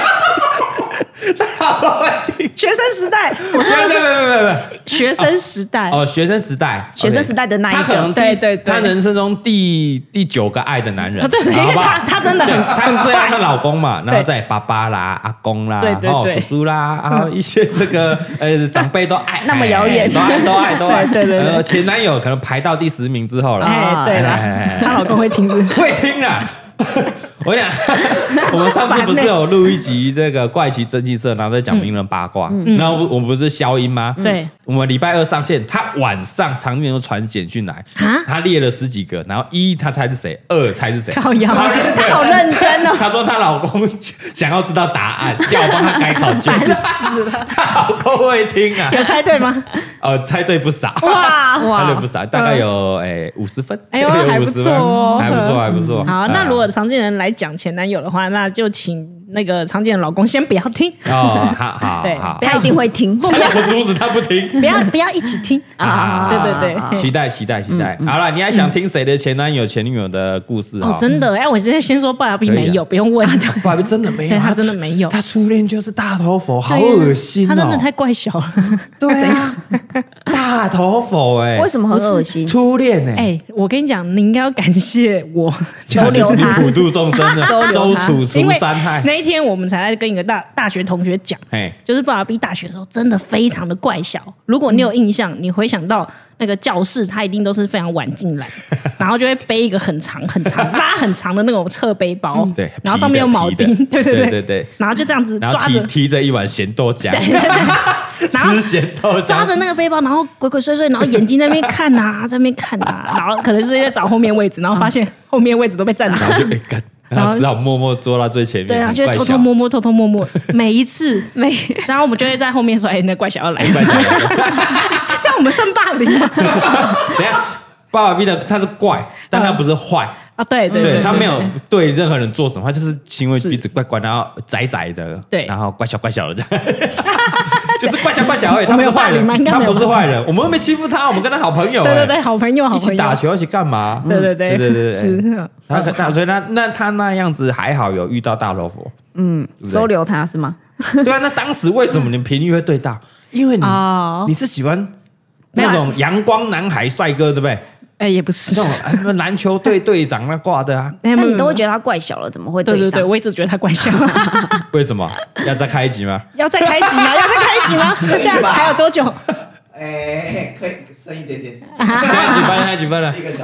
她老公会听。 学生时代，我说的是没有没有没有没有。 学生时代， 哦，学生时代， 学生时代的那一个他可能第对对对他人生中第第九个爱的男人， 哦对对因为好不好他他真的很对他很最爱快她老公嘛，然后再爸爸啦、阿公啦， 对对然后对叔叔啦，然后一些这个呃长辈都爱， 那么遥远哎都爱都爱都爱， 对对对对呃前男友可能排到第十名之后了， 哎，对哎哎啦哎， 她老公会听是不是？ 会听啊。我讲，我们上次不是有录一集这个怪奇蒸汽社，然后在讲名人八卦，然后我们不是消音吗？ 对， 我们礼拜二上线，他晚上常年都传简讯来， 啊他列了十几个，然后一他猜是谁，二猜是谁， 靠腰他她好认真哦。 他说她老公想要知道答案，叫我帮他改考卷，她老公会听啊， 有猜对吗？ 呃，猜对不少， 哇猜对不少，大概有诶五十分， 哎呦有还不 50分错哦还不错，还不错。 好， 啊那如果常见人来讲前男友的话，那就请那个常见人老公先不要听， 哦，好好对好， 她一定会听。 他我阻止他不听。 不要不要一起听啊对对对。 期待期待期待！好了，你还想听谁的前男友前女友的故事哦， 啊？ 真的，哎，我直接先说鲍亚斌没有，不用问， 爸比真的没有， 对他真的没有他初恋就是大头佛，好恶心哦！ 他真的太怪小了。 对啊，大头佛哎， 为什么很恶心？ 初恋哎， 哎，我跟你讲，你应该要感谢我， 收留他普度众生的收留他周楚除因为三害。 那一天我们才在跟一个大大学同学讲， 哎， 就是鲍亚斌大学的时候真的非常的怪小。如果你有印象，你回想到那个教室，他一定都是非常晚进来，然后就会背一个很长很长拉很长的那种侧背包， 对， 然后上面有铆钉，对对对对对， 然后就这样子然后提抓着。 提着一碗咸豆浆， 然后吃咸豆浆， 抓着那个背包，然后鬼鬼祟祟，然后眼睛在那边看啊，在那边看啊，然后可能是在找后面位置，然后发现后面位置都被占走然，后就哎干，然后只好默默坐到最前面， 对啊，就会偷很怪小偷摸摸、偷偷摸摸，每一次每，然后我们就会在后面说：“哎，那怪小要来。” 怪小。 这样我们算霸凌吗？ 等一下，爸爸逼的他是怪，但他不是坏。 啊，对对对对， 他没有对任何人做什么，他就是行为举止怪怪，然后窄窄的， 对然后怪小怪小的这样，就是怪小怪小而已。他不没有是坏人霸凌吗应，该他没有不是坏人，我们又没欺负他，我们跟他好朋友，哎对对对，好朋友，好一朋友， 起打球，一起干嘛？ 对对对对对对对， 是。 他那所以那那他那样子还好有遇到大头佛， 嗯， 对收留她是吗？ 对啊。那当时为什么你频率会对到？因为你哦你是喜欢那种阳光男孩帅哥，对不对？ 哎，也不是那，种哎篮球队队长那挂的啊， 那那你都会觉得她怪小了，怎么会上？ 对对对，我一直觉得他怪小。 为什么要再开一集吗？ 要再开集吗？要再开集吗？这样还有多久？ 哎，可以剩一点点， 现在几分？现在几分了？ 一个小时十分。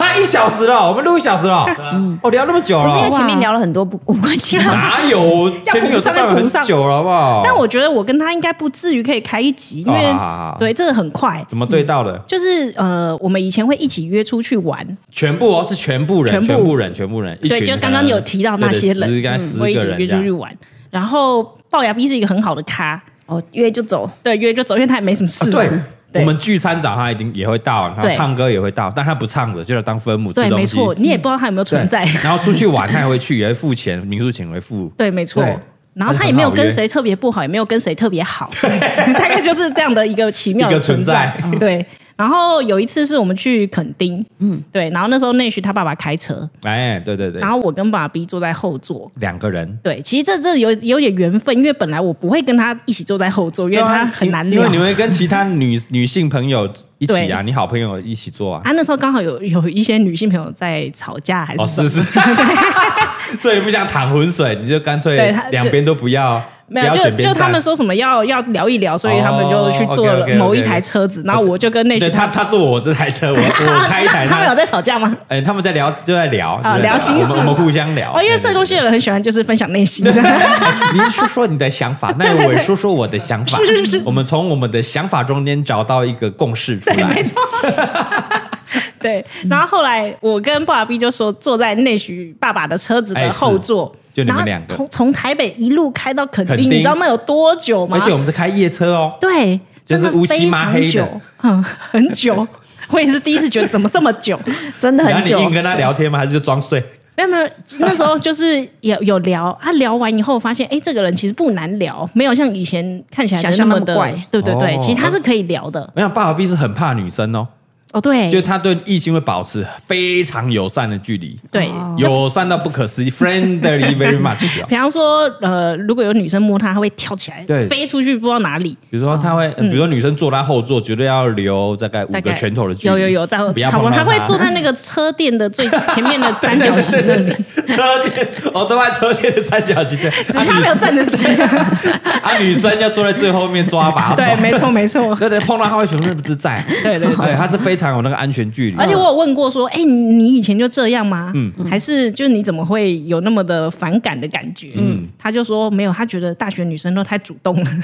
他一小时了，我们录一小时了，嗯，哦，聊那么久了， 不是因为前面聊了很多不无关紧要， 哪有前面有上很久了，好不好？ 但我觉得我跟他应该不至于可以开一集，因为、哦、好好好对这个很快。 怎么对到的？嗯、 就是呃，我们以前会一起约出去玩， 全部哦，是全部人，全部全部人，全部人， 对，就刚刚有提到那些人， 对对十、嗯、 会一起约出去玩。然后龅牙 B 是一个很好的咖， 哦，约就走， 对，约就走，因为他也没什么事、 啊。对。我们聚餐找他一定也会到，然后唱歌也会到，但他不唱的，就是当分母吃东西。 对，没错，你也不知道他有没有存在。 然后出去玩他也会去，也会付钱，民宿钱也会付。 对，没错。然后他也没有跟谁特别不好，也没有跟谁特别好，大概就是这样的一个奇妙的存在。对。然后有一次是我们去垦丁，嗯，对，然后那时候内许他爸爸开车， 哎，对对对， 然后我跟爸爸 B 坐在后座， 两个人， 对，其实这这有有点缘分，因为本来我不会跟他一起坐在后座，因为他很难聊， 因为你会跟其他女女性朋友一起啊，你好朋友一起坐啊， 啊，那时候刚好有有一些女性朋友在吵架，还是什么， 哦，是是，所以你不想淌浑水，你就干脆两边都不要。 没有，就就他们说什么要要聊一聊，所以他们就去坐了某一台车子，然后我就跟那群他他坐我这台车，我我开一台。 他们有在吵架吗？ 哎，他们在聊，就在聊啊，聊心事， 我们互相聊。 哦，因为社工系的人很喜欢就是分享内心。 你说说你的想法，那我也说说我的想法。 是是是， 我们从我们的想法中间找到一个共识出来。 没错。对，然后后来我跟爸爸 B 就说坐在内许爸爸的车子的后座。 就你们两个从从台北一路开到垦丁，你知道那有多久吗？ 而且我们是开夜车哦， 对， 就是乌漆麻黑的， 嗯，很久。我也是第一次觉得怎么这么久，真的很久。 你硬跟他聊天吗？还是就装睡？ 没有没有，那时候就是有有聊，他、啊、聊完以后发现，哎，这个人其实不难聊，没有像以前看起来的那么的怪。对对对，哦、其实他是可以聊的。 没有，爸爸 B 是很怕女生哦。 哦，对， 就他对异性会保持非常友善的距离， 对， 友善到不可思议 ，friendly very much、哦。 比方说，呃，如果有女生摸他，他会跳起来，对，飞出去不知道哪里。 比如说他会，哦嗯、比如说女生坐他后座，绝对要留大概五个拳头的距离。 有有有，在不要碰到他。他会坐在那个车店的最前面的三角形那里。 车店，我都在车店的三角形对， 只是他没有站得起。 啊，女生要坐在最后面抓把手。 对，没错没错。 对对，碰到他会全身不自在。 对对对， 他是非常有那个安全距离。 而且我有问过说，哎、欸，你以前就这样吗？嗯，还是就是你怎么会有那么的反感的感觉？嗯，他就说没有，他觉得大学女生都太主动了。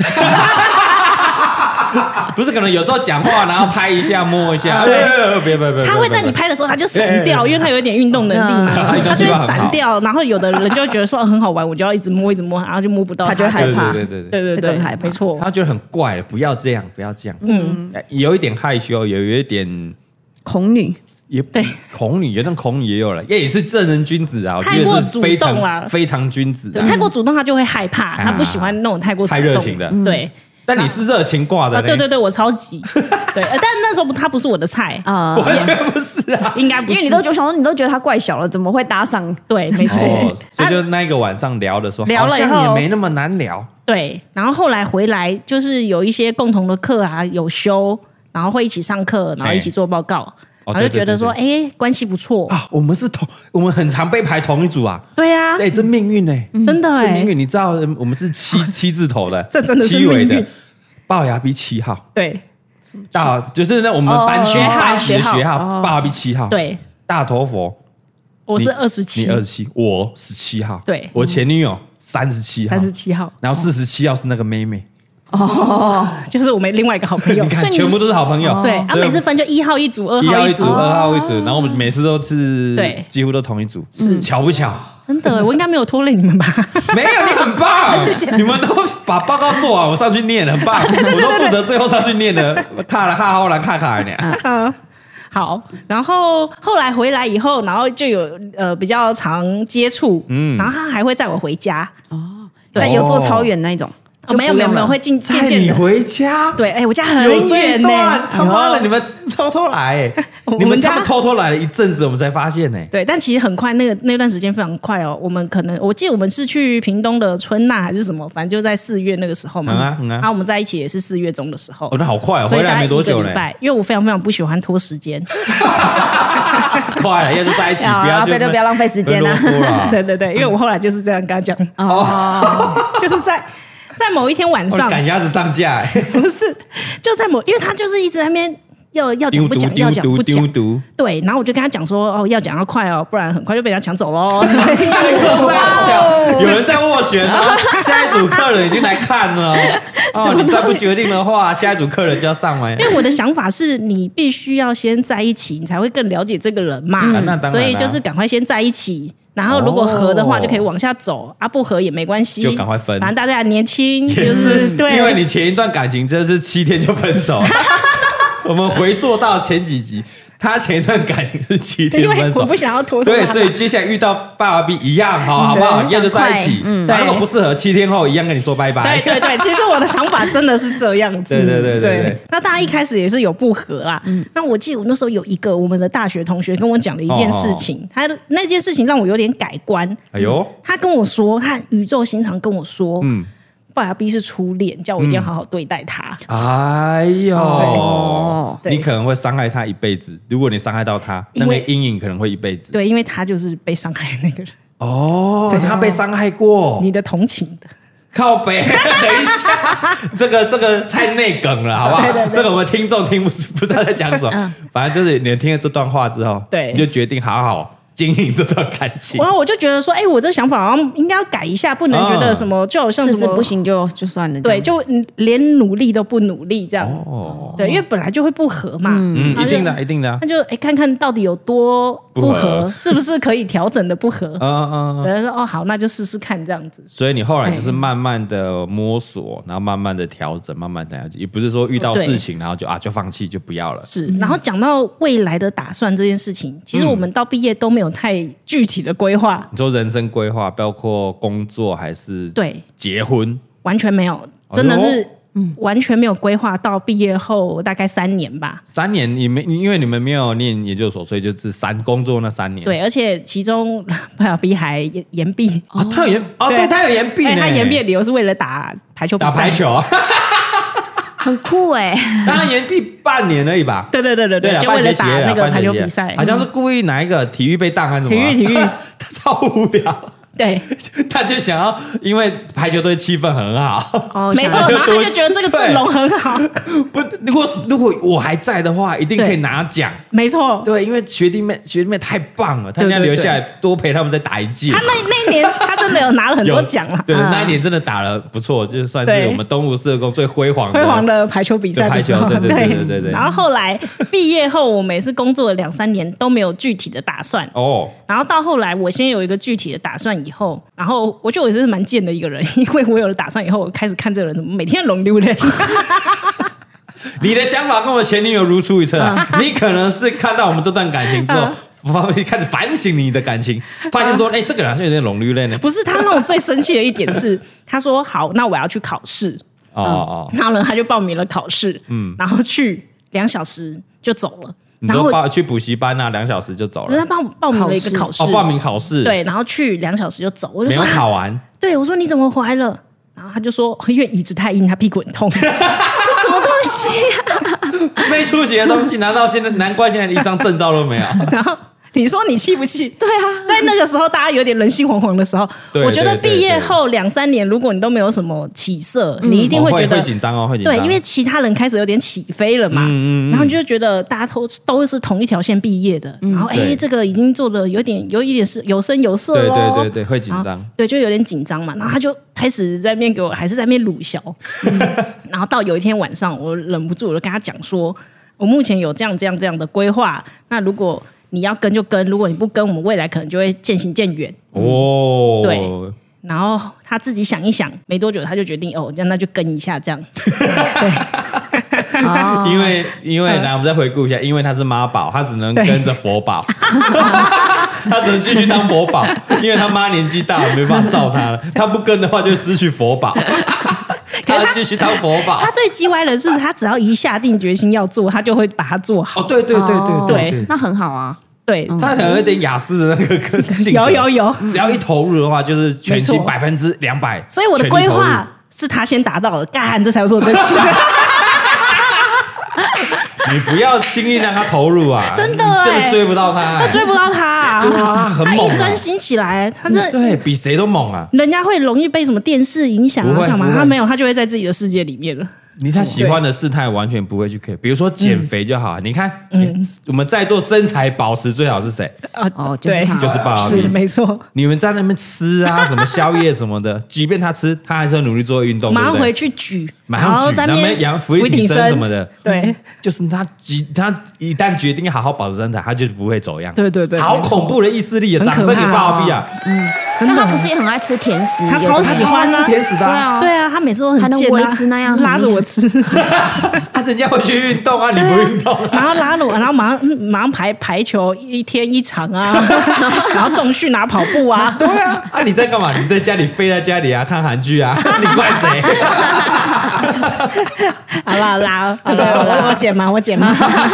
不是，可能有时候讲话，然后拍一下、摸一下， 对， 别别别， 他会在你拍的时候他就闪掉，因为他有一点运动能力嘛，他就会闪掉。然后有的人就会觉得说很好玩，我就要一直摸一直摸，然后就摸不到，他就会害怕。 对对对对对对，害怕，没错。 他觉得很怪，不要这样，不要这样。嗯，有一点害羞，有有一点恐女。 也对，恐女，有那恐女也有了，也也是正人君子啊，我觉得是非常非常君子、啊。 太过主动，他就会害怕，他不喜欢那种太过主动太热情的。 对， 但你是热情挂的、啊， 对对对，我超级对，但那时候他不是我的菜啊， 完全不是啊， 应该不是， 因为你都觉得你都觉得他怪小了，怎么会搭上？ 对，没错、哦， 所以就那一个晚上聊的时候， 聊了以后好像也没那么难聊。 对，然后后来回来就是有一些共同的课啊，有修，然后会一起上课，然后一起做报告。然后就觉得说，哎、欸，关系不错啊。我们是同，我们很常被排同一组啊。 对啊， 哎、欸，这命运呢、欸嗯，真的哎、 欸，命运。你知道，我们是七七字头的， 这真的是七尾的，龅牙 B 七号。 对， 大就是那我们班学、哦、班学学号，龅牙 B 七号。 对， 大头佛， 我是二十七， 你二十七，我十七号。 对， 我前女友三十七号， 三十七号， 然后四十七号是那个妹妹。 哦，就是我们另外一个好朋友， 你看全部都是好朋友。 哦、对，啊，每次分就一号一组，二号一组， 二号一组，然后我们每次都是对， 几乎都同一组， 是巧不巧？ 真的，我应该没有拖累你们吧？ 没有，你很棒， 谢谢。 你们都把报告做完，我上去念，很棒。我都负责最后上去念的，看了看后来看看呢。 嗯，好。然后后来回来以后，然后就有呃比较常接触，嗯，然后他还会载我回家。 哦，对，有坐超远那种。 哦、没有没有没有，会渐渐的。你回家？ 对，哎、欸，我家很远呢、欸。 他妈的，你们偷偷来、欸，你们他们偷偷来了一阵子，我们才发现呢、欸。 对，但其实很快，那个那段时间非常快哦。我们可能我记得我们是去屏东的春吶还是什么，反正就在四月那个时候嘛。嗯啊嗯啊。然后我们在一起也是四月中的时候。 哦，那好快哦， 所以大概一个礼拜，因为我非常非常不喜欢拖时间。 快了，要就在一起，不要就不要浪费时间了。 对对对，因为我后来就是这样跟他讲，哦，就是在。在某一天晚上， 赶鸭子上架、欸， 不是就在某，因为他就是一直在那边要要讲不讲，要讲不讲，对，然后我就跟他讲说，哦，要讲要快哦，不然很快就被人家抢走喽。 有人在斡旋哦，下一组客人已经来看了哦，你再不决定的话，下一组客人就要上来。 因为我的想法是你必须要先在一起，你才会更了解这个人嘛， 嗯、那当然啊、 所以就是赶快先在一起。然后如果合的话，就可以往下走、哦、啊，不合也没关系， 就赶快分。 反正大家还年轻， 也是对， 因为你前一段感情真的是七天就分手。我们回溯到前几集，他前一段感情是七天分手， 因为我不想要拖拖拉拉。 对，所以接下来遇到爸爸 B 一样，好好不好？一样就在一起。嗯，如果不适合，七天后一样跟你说拜拜。 对对对，其实我的想法真的是这样子。 对对对 对, 对, 对。 那大家一开始也是有不合啦。嗯。那我记得我那时候有一个我们的大学同学跟我讲了一件事情，哦哦他那件事情让我有点改观。 哎呦， 他跟我说，他语重心长跟我说，嗯。爸爸 B 是初恋，叫我一定要好好对待他。 嗯、哎呦、哦，你可能会伤害他一辈子。如果你伤害到他，那个阴影可能会一辈子。 对，因为他就是被伤害的那个人。 哦，他被伤害过， 你的同情的。 靠北，等一下，这个这个太内梗了，好不好？对对对，这个我们听众听不不知道在讲什么，嗯、反正就是你听了这段话之后，对，你就决定好好经营这段感情。 然后我就觉得说，哎、欸，我这想法好像应该要改一下，不能觉得什么，嗯、就好像什么事事不行就就算了， 对，就连努力都不努力这样。哦，对，因为本来就会不合嘛， 嗯，一定的，一定的。 那就哎、欸，看看到底有多不合，是不是可以调整的不合？嗯嗯，对，说哦好，那就试试看这样子。 所以你后来就是慢慢的摸索，然后慢慢的调整，慢慢的调整，也不是说遇到事情然后就啊就放弃就不要了。 是，然后讲到未来的打算这件事情，其实我们到毕业都没有太具体的规划。 你说人生规划，包括工作还是对结婚， 完全没有，真的是。嗯，完全没有规划到毕业后大概三年吧。 三年，你们因为你们没有念研究所，所以就是三工作那三年。 对，而且其中爸爸 B 还延延毕哦，他有延哦，对他有延毕呢。 他延毕的理由是为了打排球比赛， 打排球， 很酷哎。 当然延毕半年而已吧。 对对对对对，就为了打那个排球比赛， 好像是故意拿一个体育被当还是什么？ 体育体育， 他超无聊。对，他就想要，因为排球队气氛很好， 哦，没错，然后他就觉得这个阵容很好。 不，如果如果我还在的话，一定可以拿奖。 没错， 对，因为学弟妹学弟妹太棒了，他应该留下来多陪他们再打一届。 他那那一年他真的有拿了很多奖啊， 对，那一年真的打了不错，就算是我们东吴社工最辉煌辉煌的排球比赛的时候。 对对对对对对。 然后后来毕业后，我们也是工作了两三年都没有具体的打算哦。然后到后来，我先有一个具体的打算以后，然后。我觉得我也是蛮贱的一个人，因为我有了打算以后，我开始看这个人怎么每天龙溜的。 你的想法跟我前女友如出一辙啊！嗯、你可能是看到我们这段感情之后，嗯、开始反省你的感情，发现说，哎、嗯欸，这个人好像有点龙溜呢。 不是，他让我最生气的一点是，他说好，那我要去考试。哦哦、嗯。然后呢，他就报名了考试，嗯，然后去两小时就走了。 你说报去补习班啊，两小时就走了。 他报报名了一个考试， 哦，报名考试， 对，然后去两小时就走。我就说没有考完。啊、 对，我说你怎么回来了？然后他就说因为椅子太硬，他屁股很痛。这什么东西啊？ 没出息的东西，难道现在难怪现在一张证照都没有？ 然后你说你气不气？ 对啊， 在那个时候大家有点人心惶惶的时候，我觉得毕业后两三年，如果你都没有什么起色，嗯、你一定会觉得、 哦、会紧张哦，会紧张。 对，因为其他人开始有点起飞了嘛，嗯嗯嗯，然后你就觉得大家都都是同一条线毕业的，嗯、然后哎，这个已经做的有点有一点是有声有色咯， 对对对对，会紧张， 对，就有点紧张嘛。然后他就开始在那边给我，还是在那边鲁小，嗯、然后到有一天晚上，我忍不住我就跟他讲说，我目前有这样这样这样的规划，那如果你要跟就跟，如果你不跟，我们未来可能就会渐行渐远。哦，对。然后他自己想一想，没多久他就决定，哦，那就跟一下这样。对。 哦、因为因为来，我们再回顾一下，因为他是妈宝，他只能跟着佛宝，他只能继续当佛宝，因为他妈年纪大了，没办法照他了。他不跟的话，就失去佛宝。他要继续当佛宝。 他最叽歪的是，他只要一下定决心要做，他就会把它做好。 哦，对对对对 对, 对, 对， 那很好啊。 对， 他可能有点雅思的那个性格。 有有有， 只要一投入的话，就是全心百分之两百。 所以我的规划是他先达到了，干，这才是我最期待。 你不要轻易让他投入啊！ 真的哎、欸， 真的追不到他、欸， 他追不到他、啊， 真的他很猛、啊， 他一专心起来，他这对比谁都猛啊！ 人家会容易被什么电视影响啊，干嘛？他没有，他就会在自己的世界里面了。 你他喜欢的事态完全不会去 care， 比如说减肥就好。你看，我们在做身材保持最好是谁？ 哦，就是他， 就是爸爸， 是没错。 你们在那边吃啊，什么宵夜什么的，即便他吃，他还是要努力做运动， 马上回去举， 马上举，然后养俯卧撑什么的。 对， 就是他他一旦决定要好好保持身材，他就不会走样。 对对对， 好恐怖的意志力啊！掌声给爸爸啊！ 嗯，但他不是也很爱吃甜食？ 他超喜欢吃甜食的。 对啊， 对啊，他每次都很还能维持那样， 拉着我吃。 他人家会去运动啊，你不运动， 然后拉我，然后马上马上排排球，一天一场啊，然后重训啊，跑步啊。 对啊，啊你在干嘛？你在家里飞在家里啊，看韩剧啊，你怪谁？ 好了好啦，好了我我剪嘛，我剪嘛。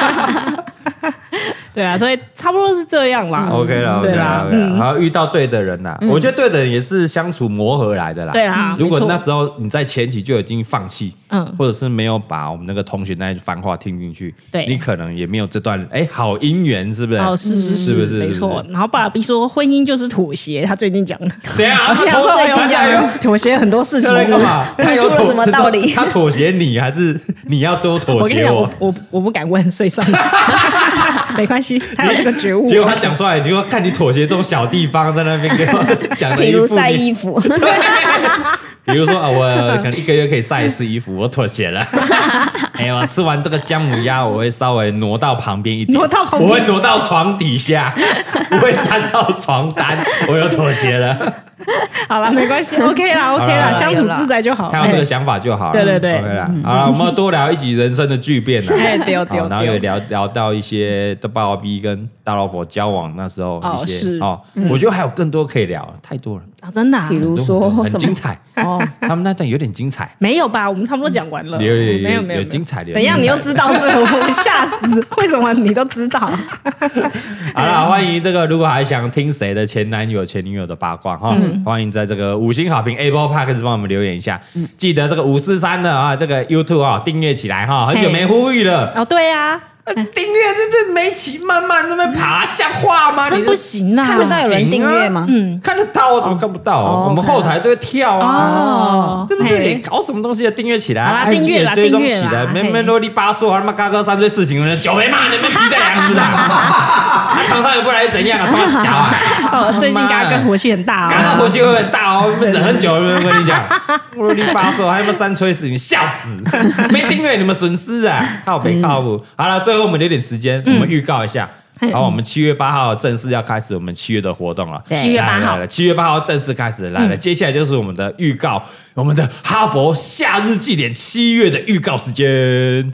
对啊，所以差不多是这样啦。 OK 了 ，OK 了，然后遇到对的人啦，我觉得对的人也是相处磨合来的啦。 对啦， 如果那时候你在前期就已经放弃，嗯，或者是没有把我们那个同学那一番话听进去，对，你可能也没有这段哎好姻缘，是不是？ 哦，是是是不是？ 没错。然后爸爸说婚姻就是妥协，他最近讲的。 对啊，他最近讲妥协很多事情， 干嘛？ 他有什么道理？ 他妥协你，还是你要多妥协我？ 我跟你讲，我我我不敢问，所以算了。没关系，他有这个觉悟。 结果他讲出来，你就看你妥协这种小地方，在那边给我讲的， 比如晒衣服， 比如说啊，我可能一个月可以晒一次衣服，我妥协了。哎呀，吃完这个姜母鸭，我会稍微挪到旁边一点， 挪到旁边， 我会挪到床底下，不会沾到床单，我有妥协了。 好了，没关系 ，OK 啦 ，OK 啦，相处自在就好。 他有这个想法就好了。 对对对 ，OK 啦。好了，我们要多聊一集人生的巨变了。 哎，丢丢。 然后也聊聊到一些的爸爸 B 跟大老婆交往那时候一些哦，我觉得还有更多可以聊，太多了啊，真的。 比如说很精彩哦，他们那段有点精彩。 没有吧？我们差不多讲完了。 有有没有没有有精彩的。 怎样？你又知道是我吓死？为什么你都知道？ 好了，欢迎这个，如果还想听谁的前男友、前女友的八卦哈，欢迎在这个五星好评 Apple Podcast 帮我们留言一下。记得这个五四三的啊，这个 YouTube 啊订阅起来哈，很久没呼吁了。 哦，对呀。 订阅这这没起，慢慢那边爬，像话吗？ 真不行啊！ 看得到有人订阅吗？ 嗯，看得到，我怎么看不到？我们后台都会跳啊，对不对？搞什么东西订阅起来， 订阅啦， 追踪起来，没没啰里吧嗦，他妈嘎哥三岁事情，久没骂你们皮在痒是不是？厂商也不来怎样啊？冲他小啊！ 最近嘎哥火气很大， 嘎哥火气会很大哦，忍很久了，我跟你讲，啰里吧嗦，还他妈三催事情，笑死！没订阅你们损失啊，靠北靠谱。好了，最后我们留点时间，我们预告一下。好，我们七月八号正式要开始我们七月的活动了。 七月八号， 七月八号正式开始来了。接下来就是我们的预告，我们的哈佛夏日祭典七月的预告时间。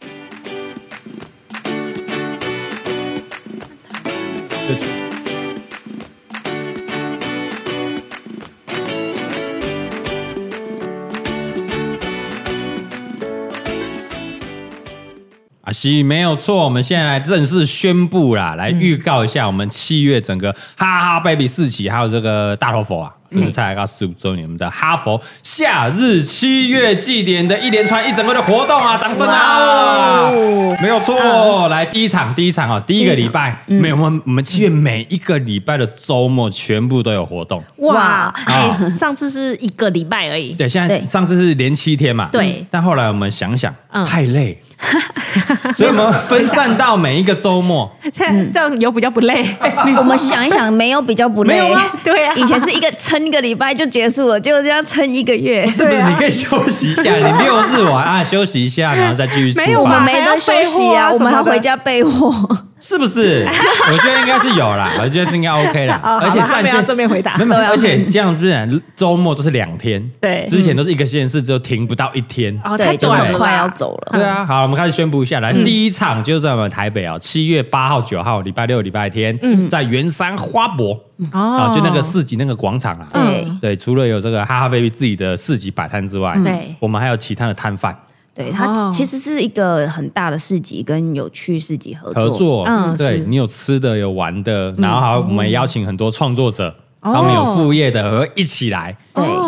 啊，是没有错，我们现在来正式宣布啦，来预告一下我们七月整个哈哈 baby 四期，还有这个大头佛啊，就是才到十五周年，我们的哈佛夏日七月祭典的一连串一整个的活动啊，掌声啊！没有错，来第一场，第一场哦，第一个礼拜，没有我们我们七月每一个礼拜的周末全部都有活动。 哇，哎，上次是一个礼拜而已， 对，现在上次是连七天嘛， 对， 但后来我们想想，太累。所以我们分散到每一个周末， 这样有比较不累。 我们想一想，没有比较不累， 没有啊？ 对啊， 以前是一个撑一个礼拜就结束了，就这样撑一个月。 是不是？你可以休息一下，你六日玩啊，休息一下，然后再继续出发。 没有，我们没得休息啊，我们还回家备货。 是不是？我觉得应该是有啦，我觉得是应该 OK 啦。 而且战线正面回答， 没有，而且这样虽然周末都是两天， 对， 之前都是一个县市，只有停不到一天， 对，就很快要走了。 对啊，好，我们开始宣布一下来，第一场就是在我们台北啊，七月八号、九号，礼拜六、礼拜天，在圆山花博哦，就那个市集那个广场啊， 对对，除了有这个哈哈 baby 自己的市集摆摊之外， 对， 我们还有其他的摊贩。 对，它其实是一个很大的市集，跟有趣市集合作。 合作，嗯，对你有吃的，有玩的，然后还我们邀请很多创作者，他们有副业的，和一起来。 对，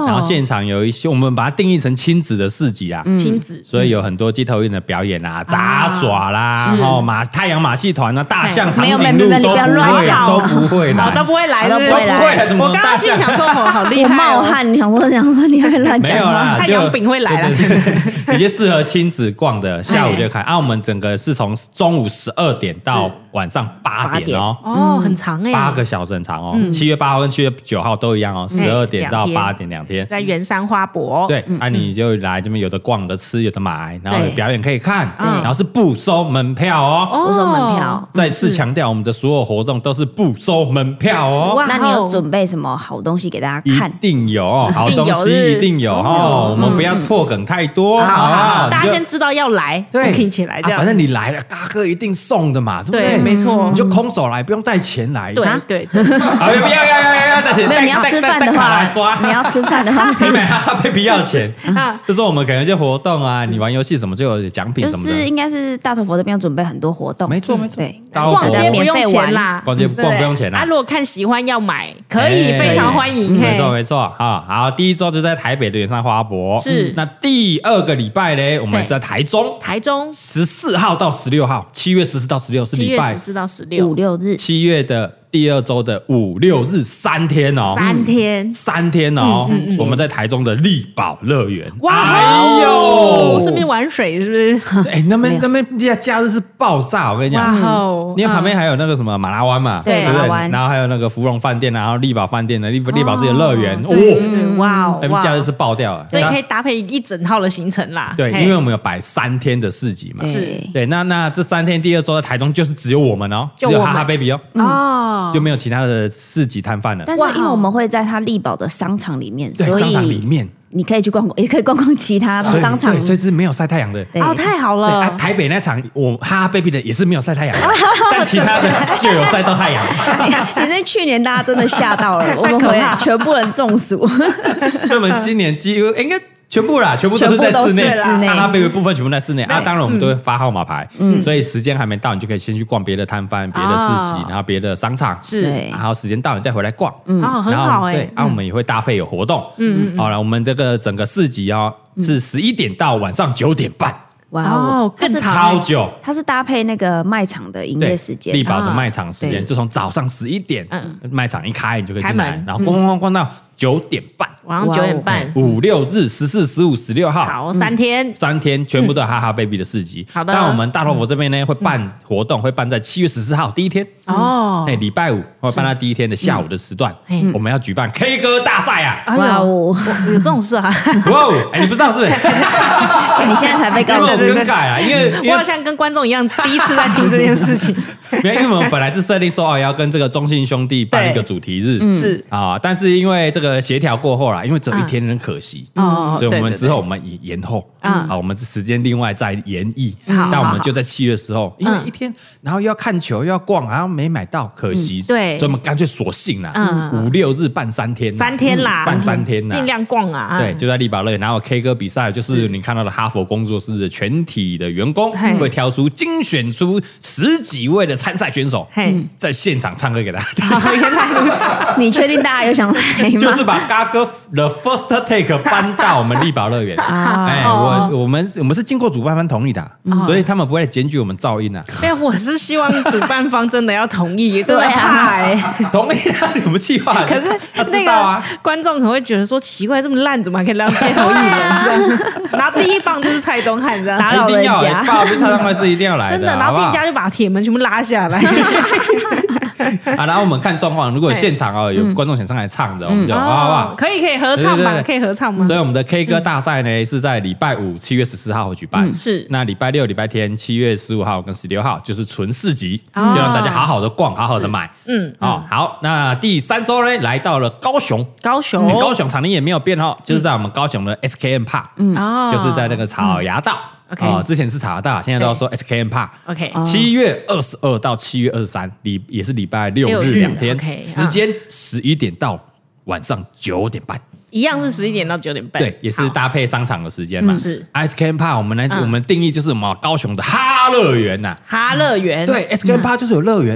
然后现场有一些我们把它定义成亲子的市集啊， 亲子， 所以有很多街头艺人的表演啊，杂耍啦，然后马太阳马戏团啊，大象长颈鹿都不会都不会来， 都不会来， 都不会来。 怎么我刚刚心想说，哦，好厉害， 冒汗，你想说想说你会乱讲话？ 太阳饼会来了， 一些适合亲子逛的，下午就开。啊，我们整个是从中午十二点到晚上八点哦， 哦，很长哎， 八个小时很长哦。七月八号跟七月九号都一样哦，十二点到八点两天， 在圆山花博。 对，啊，你就来这边，有的逛，有的吃，有的买，然后有表演可以看，然后是不收门票哦， 不收门票。 再次强调，我们的所有活动都是不收门票哦。 那你有准备什么好东西给大家看？ 一定有好东西，一定有哦。我们不要破梗太多， 好，大家先知道要来，对，听起来这样。 反正你来了，大哥一定送的嘛，对不对？ 没错， 你就空手来，不用带钱来。 对对， 好，不要要要要要带钱。 没有，你要吃饭的话，你要吃饭的话， 你买他被必要钱。就是我们可能一些活动啊，你玩游戏什么就有奖品什么的。 就是应该是大头佛这边准备很多活动， 没错没错。 对， 逛街不用钱啦， 逛街逛不用钱啦。 啊，如果看喜欢要买，可以非常欢迎。 没错没错。好，好，第一周就在台北的圆山花博。 是。 那第二个礼拜呢，我们在台中。 台中十四号到十六号，七月十四到十六是礼拜。 七月十四到十六， 五六日。 七月的第二周的五六日三天哦， 三天， 三天哦，我们在台中的力宝乐园。 哇，哎呦，顺便玩水是不是？ 哎，那边那边假假日是爆炸，我跟你讲。 哇， 因为旁边还有那个什么马拉湾嘛， 对，马拉湾， 然后还有那个芙蓉饭店，然后力宝饭店的力力宝自己的乐园， 哇，哇， 那边假日是爆掉了， 所以可以搭配一整套的行程啦。 对，因为我们有摆三天的市集嘛， 是， 对，那那这三天第二周在台中就是只有我们哦，只有哈哈 baby 哦，哦，就没有其他的市集摊贩了。 但是因为我们会在它力宝的商场里面， 所以商场里面你可以去逛逛，也可以逛逛其他的商场， 所以是没有晒太阳的。 哦，太好了！ 台北那场我哈哈 baby 的也是没有晒太阳，但其他的就有晒到太阳。 你是去年大家真的吓到了，我们回全部人中暑。 所以我们今年几乎应该。全部啦，全部都是在室内，哈哈 baby 部分全部在室内啊。当然我们都会发号码牌，所以时间还没到，你就可以先去逛别的摊贩、别的市集，然后别的商场， 是， 然后时间到你再回来逛， 哦，很好哎。 对，啊，我们也会搭配有活动，嗯，好了，我们这个整个市集哦是十一点到晚上九点半。 哇哦， 更长超久！ 它是搭配那个卖场的营业时间， 力宝的卖场时间就从早上十一点，卖场一开你就可以进来，然后逛逛逛到九点半， 晚上九点半， 五六日十四、十五、十六号， 好，三天， 三天全部都有哈哈 baby 的市集。 好的， 但我们大头佛这边呢会办活动，会办在七月十四号第一天哦，哎，礼拜五会办在第一天的下午的时段，我们要举办 K 歌大赛啊！ 哇哦， 有这种事啊！ 哇哦，哎，你不知道是不是？ 你现在才被告知。 更改啊，因为我好像跟观众一样，第一次在听这件事情。 因为我们本来是设定说哦，要跟这个中信兄弟办一个主题日， 是啊， 但是因为这个协调过后啦，因为只有一天，很可惜，所以我们之后我们延后啊，我们时间另外再延议。但我们就在七月的时候，因为一天，然后又要看球，又要逛，然后没买到，可惜，对，所以我们干脆索性啦，五六日办三天， 三天啦， 办三天啦， 尽量逛啊。 对，就在力宝乐园，然后 K 歌比赛，就是你看到的哈佛工作室的全体的员工会挑出精选出十几位的参赛选手，在现场唱歌给大家听。 原来如此，你确定大家有想来吗？ 就是把嘎哥 The First Take 搬到我们力宝乐园。哎，我我们我们是经过主办方同意的，所以他们不会检举我们噪音啊。 哎，我是希望主办方真的要同意，真的怕哎， 同意啊，有没有计划？ 可是那个观众可能会觉得说奇怪，这么烂怎么还可以让街头艺人？然后第一棒就是蔡宗翰这样， 打扰人家， 爸不是蔡宗翰是一定要来的， 真的。然后第一家就把铁门全部拉下来。 啊，然后我们看状况，如果现场哦有观众想上来唱的，我们就好不好？ 可以可以合唱吗？可以合唱吗？ 所以我们的 K 歌大赛呢是在礼拜五七月十四号会举办， 是那礼拜六、礼拜天七月十五号跟十六号就是纯市集，就让大家好好的逛，好好的买。嗯，哦好，那第三周呢来到了高雄， 高雄高雄场地也没有变哦，就是在我们高雄的 S K M Park，嗯，就是在那个草衙道。哦，之前是草衙道，现在都要说 S K M Park。OK， 七月二十二到七月二十三，礼也是礼拜六日两天，时间十一点到晚上九点半， 一样是十一点到九点半。 对，也是搭配商场的时间嘛。是 S K M Park， 我们来我们定义就是我们高雄的哈乐园呐， 哈乐园。 对 ，S K M Park 就是有乐园呐。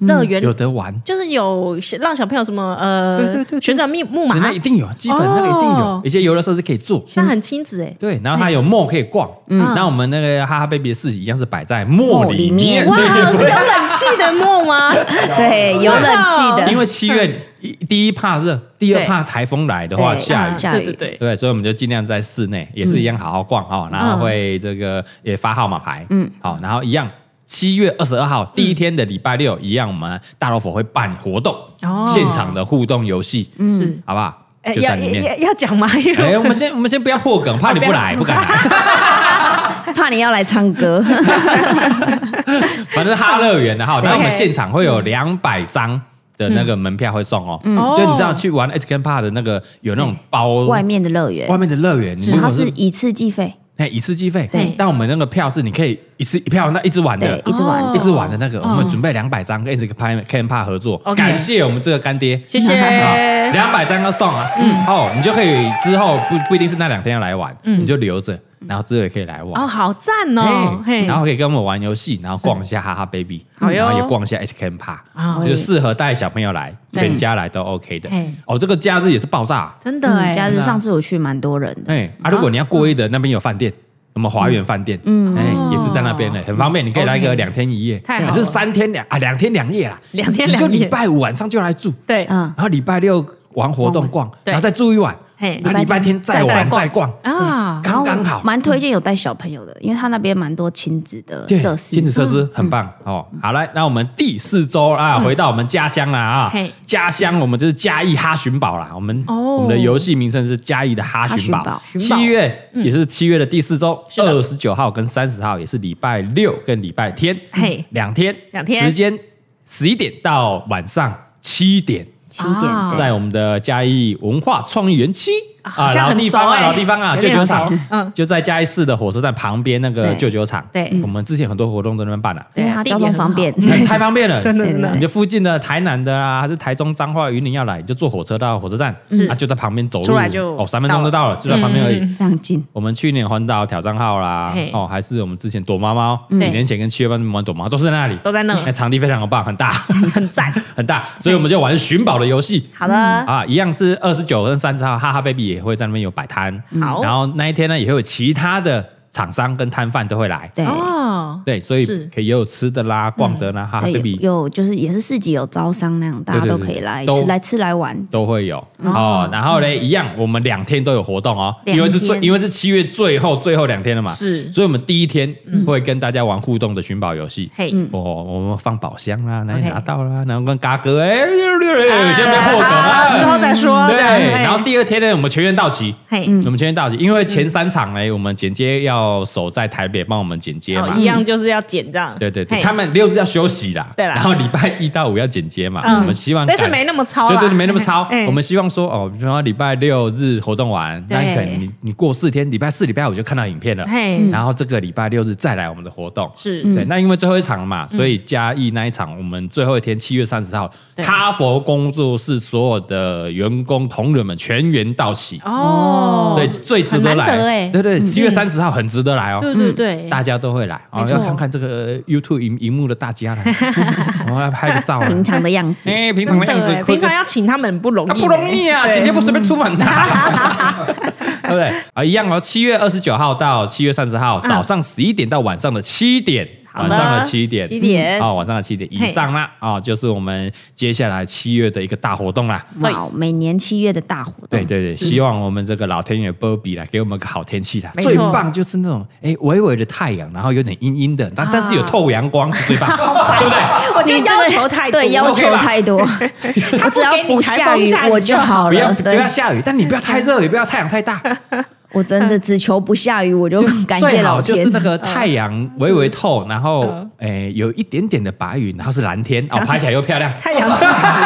乐园有得玩， 就是有让小朋友什么呃， 对对对旋转木木马， 那一定有，基本那个一定有，一些游乐设施可以做， 那很亲子哎。 对，然后它有 mall 可以逛，那我们那个哈哈 baby 的市集一样是摆在 mall 里面， 哇，是有冷气的 mall 吗？ 对，有冷气的， 因为七月第一怕热，第二怕台风来的话下雨， 下雨， 对对对，所以我们就尽量在室内，也是一样好好逛哈，然后会这个也发号码牌，嗯，好，然后一样。七月二十二号第一天的礼拜六，一样我们大老佛会办活动，现场的互动游戏，是好不好？就在里面要讲吗？ 哎，我们先我们先不要破梗，怕你不来，不敢来， 怕你要来唱歌。 反正哈乐园的哈，那我们现场会有两百张的那个门票会送哦，就你知道去玩 X K Park 的那个有那种包外面的乐园， 外面的乐园， 它是一次计费。 哎，一次计费，对。但我们那个票是你可以一次一票那一直玩的， 一直玩， 一直玩的那个，我们准备两百张跟 X K Park 合作，感谢我们这个干爹， 谢谢。 两百张要送啊，嗯，哦，你就可以之后不不一定是那两天要来玩，你就留着。然后之后也可以来玩哦，好赞哦！ 然后可以跟我们玩游戏，然后逛一下哈哈 baby， 然后也逛一下 H K M Park， 就适合带小朋友来，全家来都 OK 的。哦，这个假日也是爆炸， 真的哎！ 假日上次我去蛮多人的。 哎，啊，如果你要过夜的，那边有饭店，我们华园饭店，嗯，哎，也是在那边的，很方便，你可以来个两天一夜， 太好， 这是三天两啊两天两夜啦， 两天两夜， 就礼拜五晚上就来住， 对， 嗯，然后礼拜六玩活动逛，然后再住一晚。那礼拜天再玩再逛啊，刚刚好， 蛮推荐有带小朋友的，因为他那边蛮多亲子的设施， 亲子设施很棒哦。好来，那我们第四周啊，回到我们家乡啦啊，家乡我们就是嘉义哈寻宝啦。我们我们的游戏名称是嘉义的哈寻宝。七月也是七月的第四周，二十九号跟三十号也是礼拜六跟礼拜天，两天两天时间十一点到晚上七点。 七点， 在我们的嘉义文化创意园区啊，老地方啊，老地方啊，旧酒厂，嗯，就在嘉义市的火车站旁边那个旧酒厂。对，我们之前很多活动都在那边办了， 对啊，交通方便， 太方便了， 真的。 你就附近的台南的啊，还是台中彰化云林要来，你就坐火车到火车站，啊，就在旁边走路， 出来就哦，三分钟就到了，就在旁边而已， 非常近。 我们去年环岛挑战号啦，哦，还是我们之前躲猫猫，几年前跟七月半玩躲猫都是在那里， 都在那， 场地非常的棒，很大， 很赞， 很大，所以我们就玩寻宝的游戏。 好的。 啊，一样是二十九跟三十号，哈哈 baby 也会在那边有摆摊。好，然后那一天呢，也会有其他的厂商跟摊贩都会来。 对哦， 对，所以可以也有吃的啦、逛的啦，哈哈 baby 有就是也是市集有招商那样，大家都可以来吃来吃来玩， 都会有哦。然后呢，一样我们两天都有活动哦，因为是最因为是七月最后最后两天了嘛， 是， 所以我们第一天会跟大家玩互动的寻宝游戏。嘿，哦，我们放宝箱啦，哪里拿到啦，然后跟嘎哥哎，先别破梗啊， 之后再说。 对，然后第二天呢，我们全员到齐，嘿，我们全员到齐，因为前三场呢，我们剪接要守在台北帮我们剪接嘛， 一样就是要剪这样。 对对对，他们六日要休息啦，对啦，然后礼拜一到五要剪接嘛，我们希望但是没那么超， 对对对，没那么超。我们希望说哦，比方说礼拜六日活动完，那可能你你过四天，礼拜四、礼拜五就看到影片了，然后这个礼拜六日再来我们的活动， 是对。那因为最后一场嘛，所以嘉义那一场，我们最后一天七月三十号，哈佛工作室所有的员工同仁们全员到齐哦，所以最值得来，对对，七月三十号很值得来哦， 对对对， 大家都会来哦，要看看这个 YouTube 荧荧幕的大家来，我要拍个照， 平常的样子， 哎，平常的样子， 平常要请他们不容易， 不容易啊，姐姐不随便出门的，对不对啊？一样哦，七月二十九号到七月三十号早上十一点到晚上的七点。晚上的七点， 七点哦，晚上的七点以上啦，啊，就是我们接下来七月的一个大活动啦。 哇，每年七月的大活动， 对对对，希望我们这个老天爷波比来给我们个好天气啦。最棒就是那种哎，微微的太阳，然后有点阴阴的，但但是有透阳光，最棒，对不对？ 我觉得要求太多， 对，要求太多，他只要不下雨我就好了， 不要不要下雨，但你不要太热，也不要太阳太大。 我真的只求不下雨，我就感谢老天。 最好就是那个太阳微微透，然后诶有一点点的白云，然后是蓝天，哦，拍起来又漂亮。 太阳之子，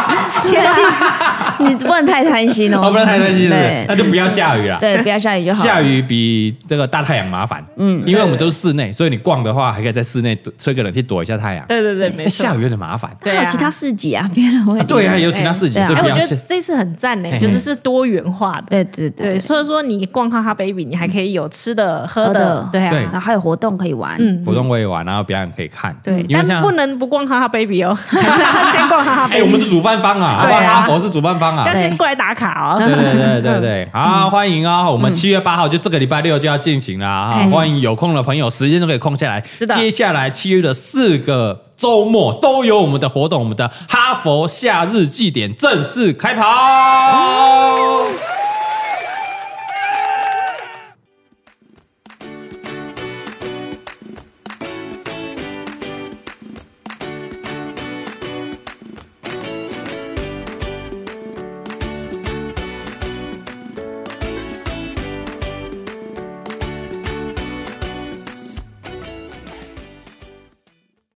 天气你不能太贪心哦， 哦，不能太担心， 对， 那就不要下雨了。 对，不要下雨就好。 下雨比这个大太阳麻烦，嗯，因为我们都是室内，所以你逛的话还可以在室内吹个冷气躲一下太阳。 对对对，没错。 下雨有点麻烦。 对，还有其他市集啊，别人会。 对啊，有其他市集，所以不要。 我觉得这次很赞呢，就是是多元化的。 对对对， 所以说你逛哈哈 baby， 你还可以有吃的、喝的，对啊， 然后还有活动可以玩， 活动可以玩，然后表演可以看。 对，但不能不逛哈哈 baby 哦，先逛哈哈 baby。 哎，我们是主办方啊，哈佛是主办方啊， 要先过来打卡哦。 对对对对对，好，欢迎啊！我们七月八号就这个礼拜六就要进行了啊！欢迎有空的朋友，时间都可以空下来。接下来七月的四个周末都有我们的活动，我们的哈佛夏日祭典正式开跑。